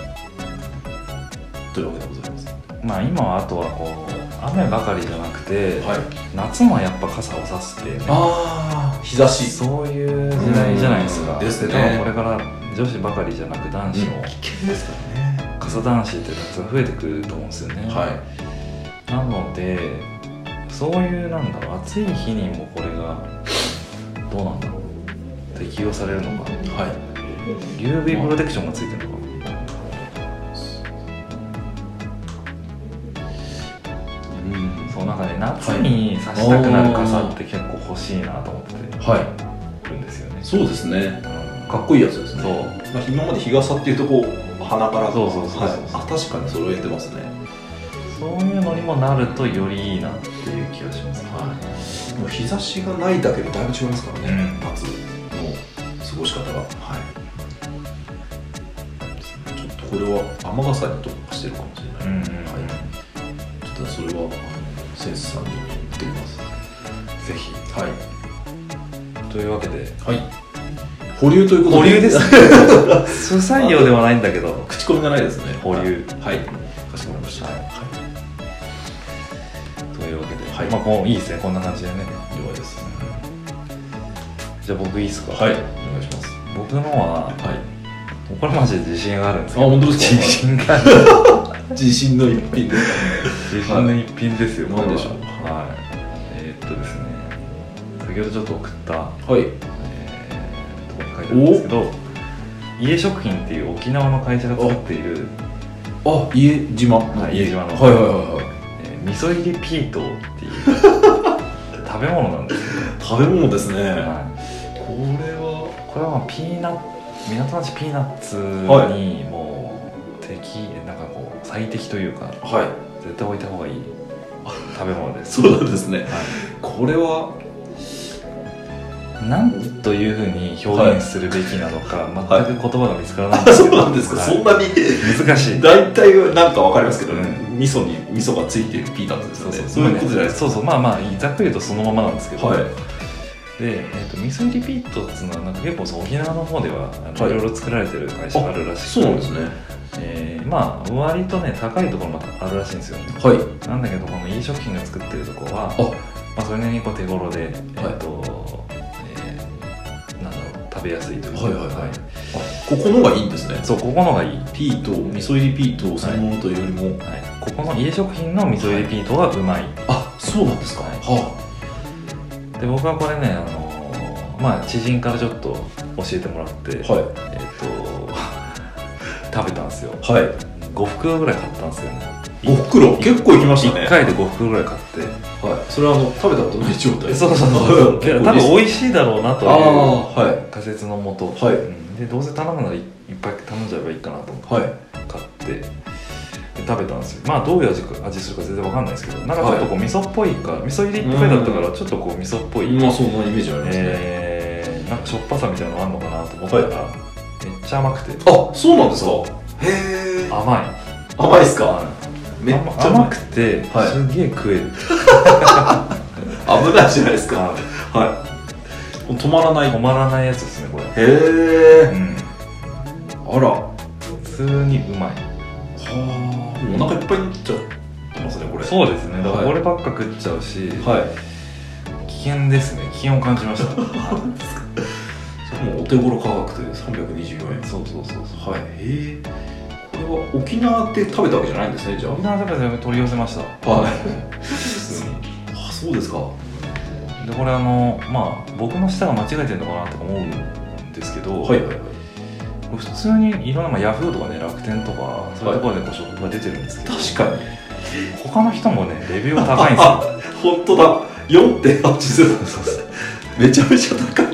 というわけでございます。
まあ今はあとはこう雨ばかりじゃなくて、はい、夏もやっぱ傘を差すっていうね、
ああ、日差し、
そういう時代じゃないですか。
ですね。
多分これから女子ばかりじゃなく男子も、うん、危険ですからね、傘男子ってたくさん増えてくると思うんですよね。はい、なのでそういうなんだろう、暑い日にもこれがどうなんだろう、適用されるのか、はい、ユーブイ プロテクションがついてるのか、そう、なんかね、夏に差したくなる傘って結構欲しいなと思ってるんですよね。
そうですね、うん、かっこいいやつですね。そう、まあ、今まで日傘っていうとこう鼻から、
そうそうそうそう、はい、
あ、確かに揃えてますね。
そういうのにもなるとよりいいなっていう気がしますね。はい、
もう日差しがないだけでだいぶ違いますからね、うん、夏の過ごし方が。はい、ちょっとこれは雨傘に特化してるかもしれない、うんうん、はい、ちょっとそれはセンスさんに言ってみます。ぜひ。はい。
というわけで、
はい。保留ということで。
保留です。不採用ではないんだけど、
口コミがないですね。
保留。
はい。かしこまりました。はい。
というわけで、はい。まあこういいですね、こんな感じでね。
良いです。
じゃあ僕いいですか。
はい。お願いします。
僕のは、はい。これマジで自信があるんですけど。
あ、本当ですか。
自信がある。
自信の一品ですかね。
自信の一品ですよ。
何でしょう。
はい。えー、っとですね、先ほどちょっと送った、はい、えー、ところに書いてあるんですけど、家食品っていう沖縄の会社が作っている、
あ、家島、
はい、家島の、
はいはいはいはい、
えー、味噌入りピートっていう食べ物なんですけ
ど、食べ物ですね。はい、
これはこれはまあピーナッ港町ピーナッツにもう適、なんかこう最適というか、はい、絶対置いた方がいい食べ物です。
そうなんですね。はい、これは
なんというふうに表現するべきなのか、はい、全く言葉が見つからないんですけど、
そうなんですか、はい、そんなに
難しい。
大体なんかわかりますけどね、うん、味噌に味噌がついているピーナッツですよね。そういうことじゃないですか。
そうそう、まあまあざっくり言うとそのままなんですけど、はい、で、えーと、味噌入りピートっていうのはなんか結構その沖縄の方では、はい、いろいろ作られてる会社があるらしくて、
そうなんですね。
えー、まあ割とね高いところもあるらしいんですよね。はい。なんだけどこのいい食品が作ってるところは、あ、まあ、それなりにこう手頃で、はい、えーとえー、なんだろう、食べやすいというか、はいはいはい、あ、
ここのがいいんですね。
そう、ここのがいい。
ピート、味噌入りピートそのものというよりも、はいはい、
ここの家食品の味噌入りピートがうまい。
あ、そうなんですか。はい、は
あ、で僕はこれね、あのー、まあ知人からちょっと教えてもらって、はい、えっ、ー、と食べたんですよ。はい。ご袋ぐらい買ったんですよね。
ご袋結構いきましたね。
いっかいでご袋ぐらい買って、
はい、それはあの食べたことない状態。
そうそうそう多分美味しいだろうなという仮説のもと、はい、うん、でどうせ頼むならいっぱい頼んじゃえばいいかなと思って、はい、買ってで食べたんですよ。まあどういう味か味するか全然わかんないですけど、なんかちょっとこう味噌っぽいか、味噌入りって書いてあったからちょっとこう味噌っぽい、
まあそんなイメージありますね。
えー、なんかしょっぱさみたいなのあるのかなと思ったら、はい、めっちゃ甘くて。
あ、そうなんですか。へえ。
甘い。
甘いですか。めっちゃ
甘くて、はい、すげえ食える。
危ないじゃないですか。はい、止まらない
止まらないやつですねこれ。
へえ、うん、あら、
普通にうまい。
はあ、お腹いっぱいになっちゃってますねこれ。
そうですね、だからこればっか食っちゃうし、はい、危険ですね。危険を感じました。それ
もお手頃価格でさんびゃくにじゅうよえん。
そうそうそうそう、はい、へ
え。これは沖縄で食べたわけじゃないんですね。じゃあ
沖縄で食べて取り寄せました。はい。普通に。
あ、そうですか。
でこれあのまあ僕の舌が間違えてるのかなとか思うんですけど、はいはいはい、普通にいろんな、まあ、ヤフーとかね、楽天とかそういうところでこうショップが出てるんですけど、
確かに
他の人もねレビューが高いんです
よ。本当だ。 よんてんはちゼロ めちゃめちゃ高い。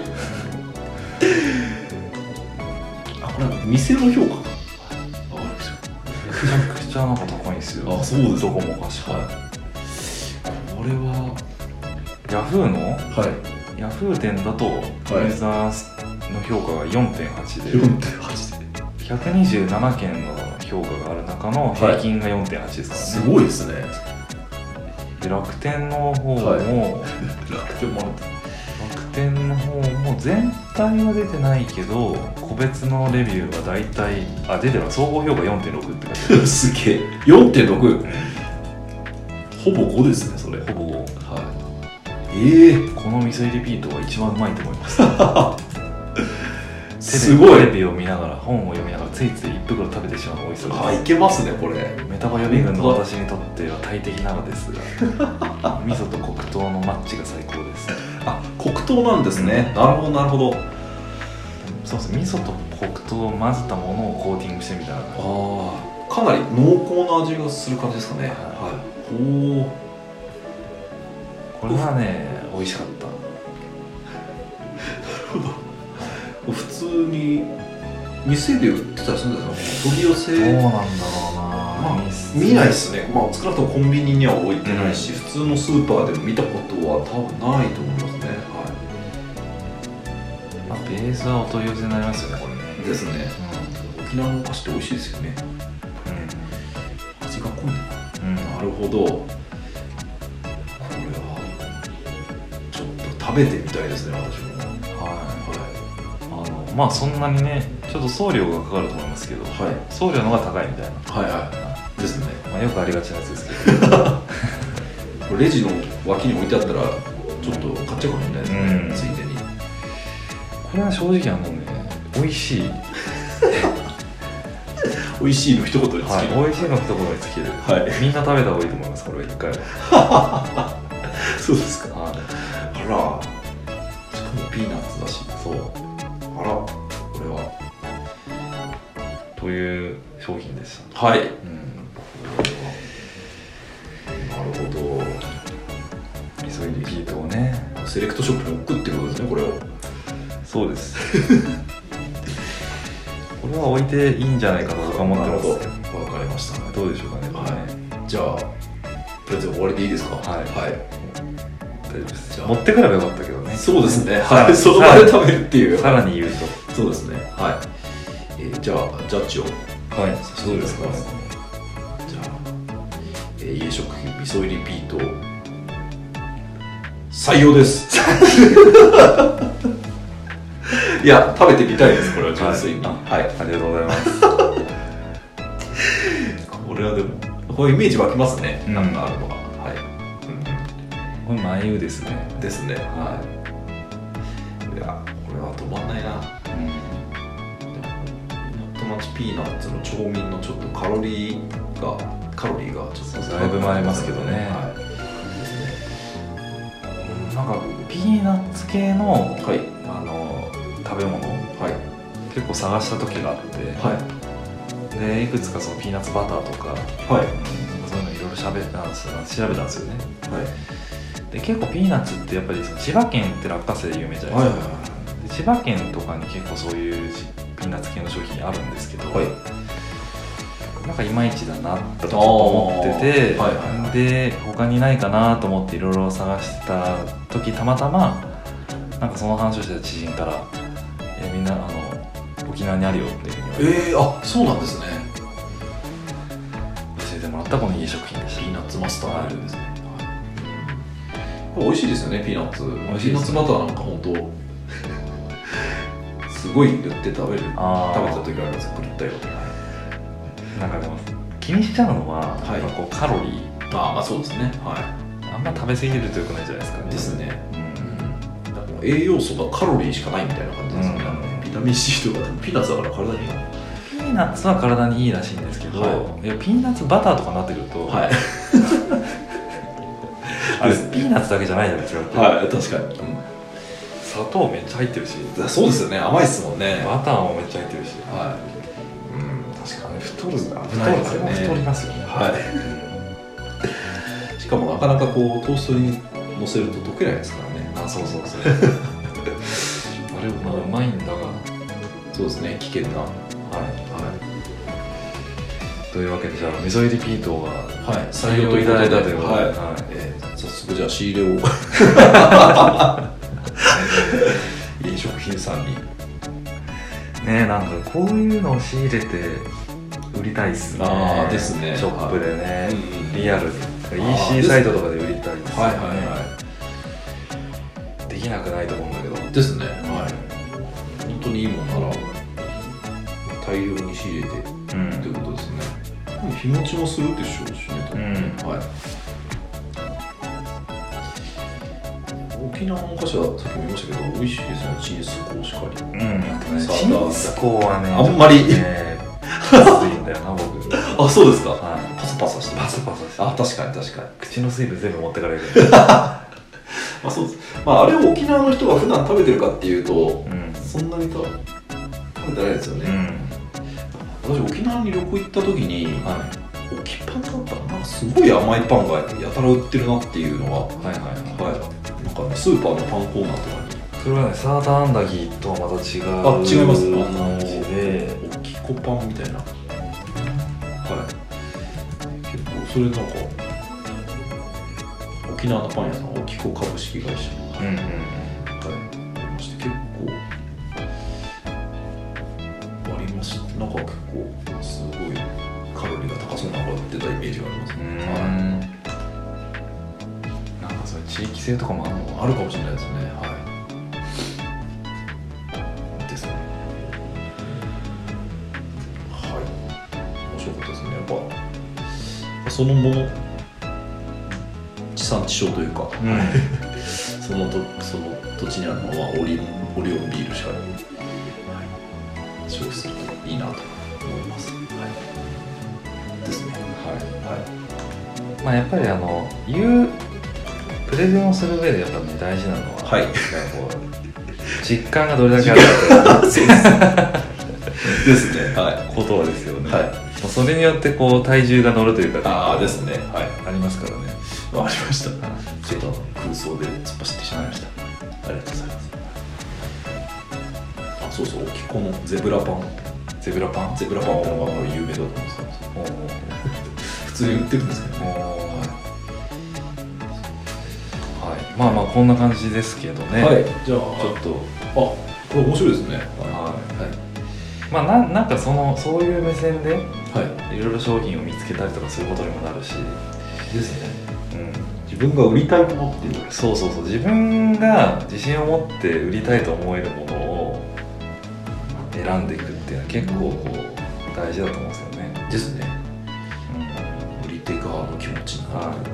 あ、これは店の評価か。
めちゃくちゃなんか高いんですよ。
あ、そうです。
どこもかしこ。はい、これはヤフーの、はい、ヤフー店だと、はい、ユーザーの評価が よんてんはち で、よんてんはち でひゃくにじゅうななけんの評価がある中の平均が よんてんはち ですからね。
すごいですね。
で楽天の方も、はい、楽天も楽天の方も全体は出てないけど個別のレビューは大体あ出てる。総合評価 よんてんろく って書いてある。
すげえ よんてんろく、ほぼごですねそれ。
ほぼご。はい。
えー、
この味噌入りピートが一番うまいと思います。
すごい。
テレビを見ながら本を読みながらついつい一袋食べてしまうのが多いですよ。
あ、いけますねこれ。
メタバ予備軍の私にとっては大敵なのですが味噌と黒糖のマッチが最高です。
あ、黒糖なんですね。なるほどなるほど。
そうですね、味噌と黒糖を混ぜたものをコーティングしてみたいな。あ
あ、かなり濃厚な味がする感じですかね。はい、はい、おお、
これはね美味しかった。
なるほど。普通に店で売ってたりするんですか。取り寄せ。
どうなんだろうな、ま
あ、見ないですね。まあ少なくともコンビニには置いてないし、うん、普通のスーパーでも見たことは多分ないと思いますね。はい、
まあ、ベースはお取り寄せになりますよねこれね。
ですね、うん、沖縄のお菓子って美味しいですよね。うん、味が濃いな。うん、なるほど。これはちょっと食べてみたいですね私も。
まあそんなにねちょっと送料がかかると思いますけど、はい、送料の方が高いみたいな。
はいはいですね。
まあ、よくありがちなやつですけど
レジの脇に置いてあったらちょっと買っちゃうかもしれないですね、うん、ついでに。
これは正直あのね美味しい
美味しいの一言に尽きる、はい、
美味しいの一言に尽きる、はい、みんな食べた方がいいと思いますこれは一回は。
そうですか。はい、あら、しかもピーナッツだし。そう、あら、これは
という商品でした。
はい、うん、なるほど。
味噌入りピートをね
セレクトショップに置くっていうことですねこれを。
そうですこれは置いていいんじゃないかと僕は思ってます。
わかりました、ね、
どうでしょうかね、
はい、じゃあプレゼン終わりでいいですか。はい、はい、
丈夫です。持ってくればよかったけどね。
そうですね、はい、その場で食べるっていう。
さらに言うと
そうですね。はい、えー、じゃあジャッジを、
はい、そうですか。
じゃあ、えー、家食品味噌入りピート採用ですいや、食べてみたいです、これは純粋に。はい、はい、
ありがとうございます
これはでもこういうイメージ湧きますね、うん、なんかあるのが。はい、
うん、これ眉ですね。
ですね。はい。いや、これは止まんないな。うん。トマチピーナッツの町民のちょっとカロリーがカロリーがちょっと
だいぶ回りますけどね。はい。ですね。なんかピーナッツ系の、はい、あの食べ物、はい、結構探した時があって、はい。でいくつかそのピーナッツバターとか、はい、そういうのいろいろ調べたんですよ、調べたんですよね。はい。で結構ピーナッツってやっぱりその千葉県って落花生で有名じゃないですか。はいはいはい、で千葉県とかに結構そういうピーナッツ系の商品あるんですけど、はい、なんかいまいちだなとちょっと思ってて、はいはいはい、で他にないかなと思っていろいろ探した時、たまたまなんかその話をしてた知人から「えみんなあの沖縄にあるよ」っていうふうに言われて、
えー、あ、そうなんですね。
教えてもらったこの家食品でした。
ピーナッツマスターがいるんですね。美味しいですよね、ピーナッツ。ピーナッツバターなんか本当すごい塗って食べる食べた時あります。食ったよ。
なんかでも気にしちゃうのは、はい、こうカロリー。
ああ、まあそうですね。はい。
あんま食べ過ぎると良くないじゃないですかね。
ですね。うん。栄養素がカロリーしかないみたいな感じですね。うん、ビタミン C とかピーナッツだから体にいいの。
ピーナッツは体にいいらしいんですけど、はい、いやピーナッツバターとかになってくると。はい。あれピーナッツだけじゃないじゃないですか。
はい、確かに、うん、
砂糖めっちゃ入ってるし。
そうですよね、甘いですもんね。
バターもめっちゃ入ってるし、
はい、うん、確かに太るんだ。
危ないですよね。太りますよね。
はい。しかもなかなかこうトーストに乗せると溶けないですからね。
あ、そうそうそうあれまあうまいんだが。
そうですね、危険な。はい、はい 、
というわけで、じゃあ味噌入りピートが、
はい、採用いただいたということで、はい、はい、えー、早速じゃあ仕入れを飲食品さんに
ね、なんかこういうのを仕入れて売りたいっすね。
ああ、ですね。
ショップでね、はい、リアルに イーシー サイトとかで売りたいですね。はいはいはい。できなくないと思うんだけど。
ですね。はい。本当にいいもんなら大量に仕入れて、うん、ということですね。日持ちもするでしょうしね。うん、はい。沖縄のお菓子はさっきも言いましたけど美味しいですね。チンスコーしかり。
うん。チンスコーはね、
あんまり
ね、きついんだよな僕。
あ、そうですか。
はい。
パサパサして
パサパサして。
あ、確かに確かに。
口の水分全部持ってかれる。
まあそうです。まああれを沖縄の人が普段食べてるかっていうと、うん、そんなに食べてないですよね。うん、私沖縄に旅行行った時に、はい、沖パンだったらなんかすごい甘いパンがやたら売ってるなっていうのは、はいはいはい、はい、なんかねスーパーのパンコーナーとかに。
それはね、サーターアンダギーとはまた違う。
あ、違います。あの
感じで
沖コパンみたいな。はい。結構それなんか沖縄のパン屋さん、沖コ株式会社。うんうんうん。はい。ありまして結構。なんか結構すごいカロリーが高そうなのが売ってたイメージがありますね。はい、
なんかそういう地域性とかもあるの
あるかもしれないですね。はい。ですね。はい。面白かったですね。やっぱそのもの地産地消というか、うん、そのとその土地にあるのはオリオンオリオンビールしかない。消費するといいなと思います。はい。ですね。はいはい。
まあやっぱりあの言うプレゼンをする上でやっぱり大事なのは、はい。なんかこう実感がどれだけあるかという
ですね。はい。
ことはですよね。はい。それによってこう体重が乗るというか、
ああですね。はい。
ありますからね。
わかりました。ちょっと空想で突っ走ってしまいました。ありがとうございます。そうそう、沖子のゼブラパン。
ゼブラパン
ゼブラパンってのが有名だと思うんですけど、普通に売ってるんですけどね。はい。
まあまあこんな感じですけどね。
はい。じゃあちょっ
と
あこれ面白いですね。はい。
はい、まあななんかそのそういう目線で、はい、いろいろ商品を見つけたりとかすることにもなるし。
ですね。うん。自分が売りたいものっていう。
そうそうそう。自分が自信を持って売りたいと思えるものを選んでいくっていうのは結構こう大事だと思うんですよね。
ですね。うん、売り手側の気持ちになる。はい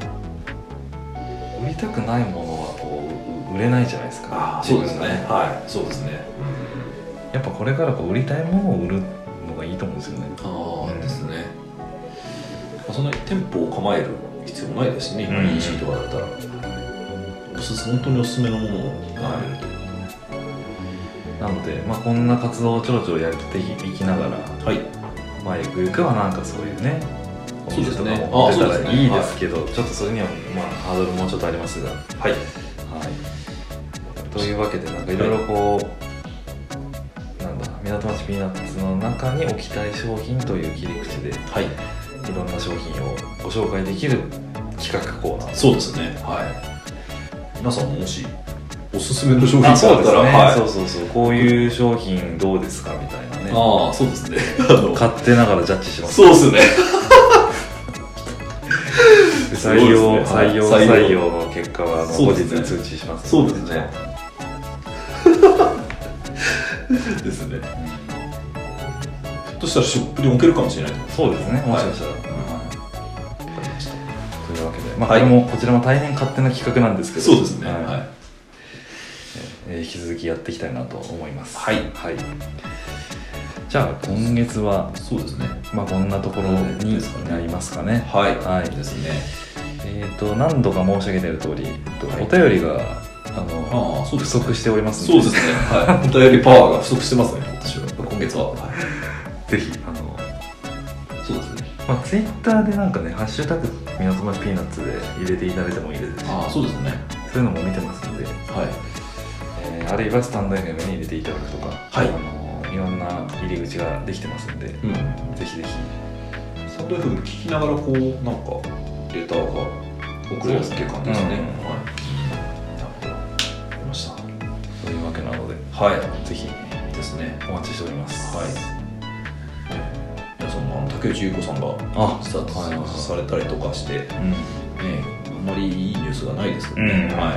売りたくないものはこう売れないじゃないですか。
そうですね。はい。そうですね。
やっぱこれからこう売りたいものを売るのがいいと思うんですよね。
ああ、うん、ですね。そんなに店舗を構える必要もないですしね。今 イーシー とかだったら、おすす本当におすすめのものを買えると。
なので、まあ、こんな活動をちょろちょろやっていきながら、はい、まあゆくゆくはなんかそういうね。お店とかも持ってたらいいですけど、ちょっとそれにはまあハードルもうちょっとありますが、はい、はい、というわけでなんかいろいろこう、はい、なんだ港町ピーナッツの中に置きたい商品という切り口で、はい、いろんな商品をご紹介できる企画コーナー。
そうですね。はい。皆さんももしおすすめの商品があったら、
そうですね、はい、そうそうそう、こういう商品どうですかみたいなね。
ああ、そうですね。
買ってながらジャッジします。
そうですね。
採用、ね、採用、採用の結果は後日通知します。
そうですね。ですね。ひょっとしたらショップに置けるかもしれない。
そうですね。もしかしたら。わかりました。というわけで、まあこれもこちらも大変勝手な企画なんですけど、
そうですね。はい。
え引き続きやっていきたいなと思います。
はい。
はい。じゃあ今月は
そうですね。
まあこんなところになりますかね。
はい。はい。ですね。
えー、と何度か申し上げている通り、はい、お便りがあのああそうです、ね、不足しております
ので、そうですね、はい、お便りパワーが不足してますね、私は今月は、はい、
ぜひあの
そうですね、
まあ、ツイッターでなんかね、ハッシュタグ港町ピーナッツで入れていただいてもいいですし、
ああそうですね、
そういうのも見てますので、はい、えー、あるいはスタンド エフエム に入れていただくとか、はい、あのいろんな入り口ができてますので、うん、ぜひぜひ
スタンド エフエム 聞きながらこうなんかレターが送れるっていう感じですね。はい。なるほど。わかりました。
というわけなので、
はい。
ぜひ
ですね。
お待ちしております。
はい。皆さんも竹内優子さんがスタートされたりとかして、ね、あんまりいいニュースがないですけどね。はい。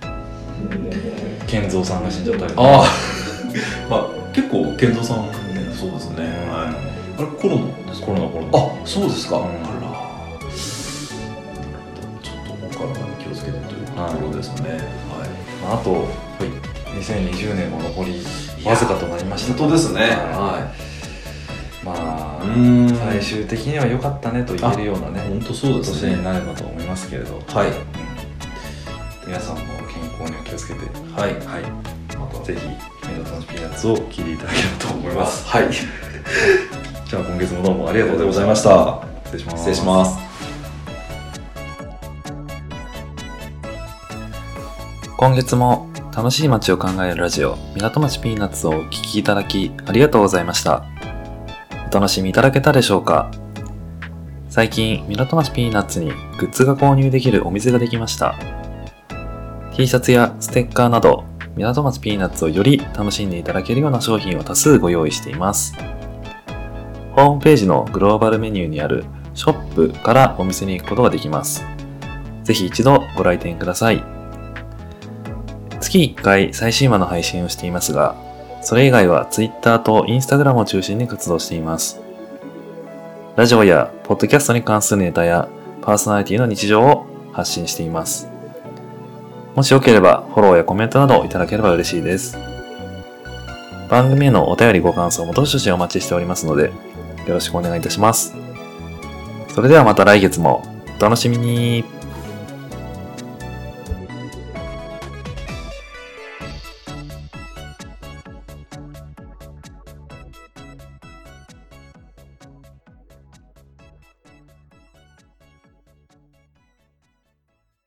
健三さんが死んじゃったり。
ああ。まあ結構健三さんそうですね。はい。あれコロナですか？
コロナコロナ。
あ、そうですか。気をつけてというところですね。はい。
まあ、あと、はい、にせんにじゅうねんも残りわずかとなりました。
本当ですね。はい。
まあ最終的には良かったねと言えるようなね、
本当そうですね。
年になればと思いますけれど、はい。うん、皆さんも健康には気をつけて、はいはい。またぜひ港町ピーナッツを聞いていただければと思います。
はい。
じゃあ今月もどうもありがとうございました。失礼します。
失礼します。
今月も楽しい街を考えるラジオ港町ピーナッツをお聞きいただきありがとうございました。お楽しみいただけたでしょうか。最近港町ピーナッツにグッズが購入できるお店ができました。 T シャツやステッカーなど港町ピーナッツをより楽しんでいただけるような商品を多数ご用意しています。ホームページのグローバルメニューにあるショップからお店に行くことができます。ぜひ一度ご来店ください。月いっかい最新話の配信をしていますが、それ以外は Twitter と Instagram を中心に活動しています。ラジオやポッドキャストに関するネタやパーソナリティの日常を発信しています。もしよければフォローやコメントなどいただければ嬉しいです。番組へのお便りご感想もどしどしお待ちしておりますので、よろしくお願いいたします。それではまた来月もお楽しみに。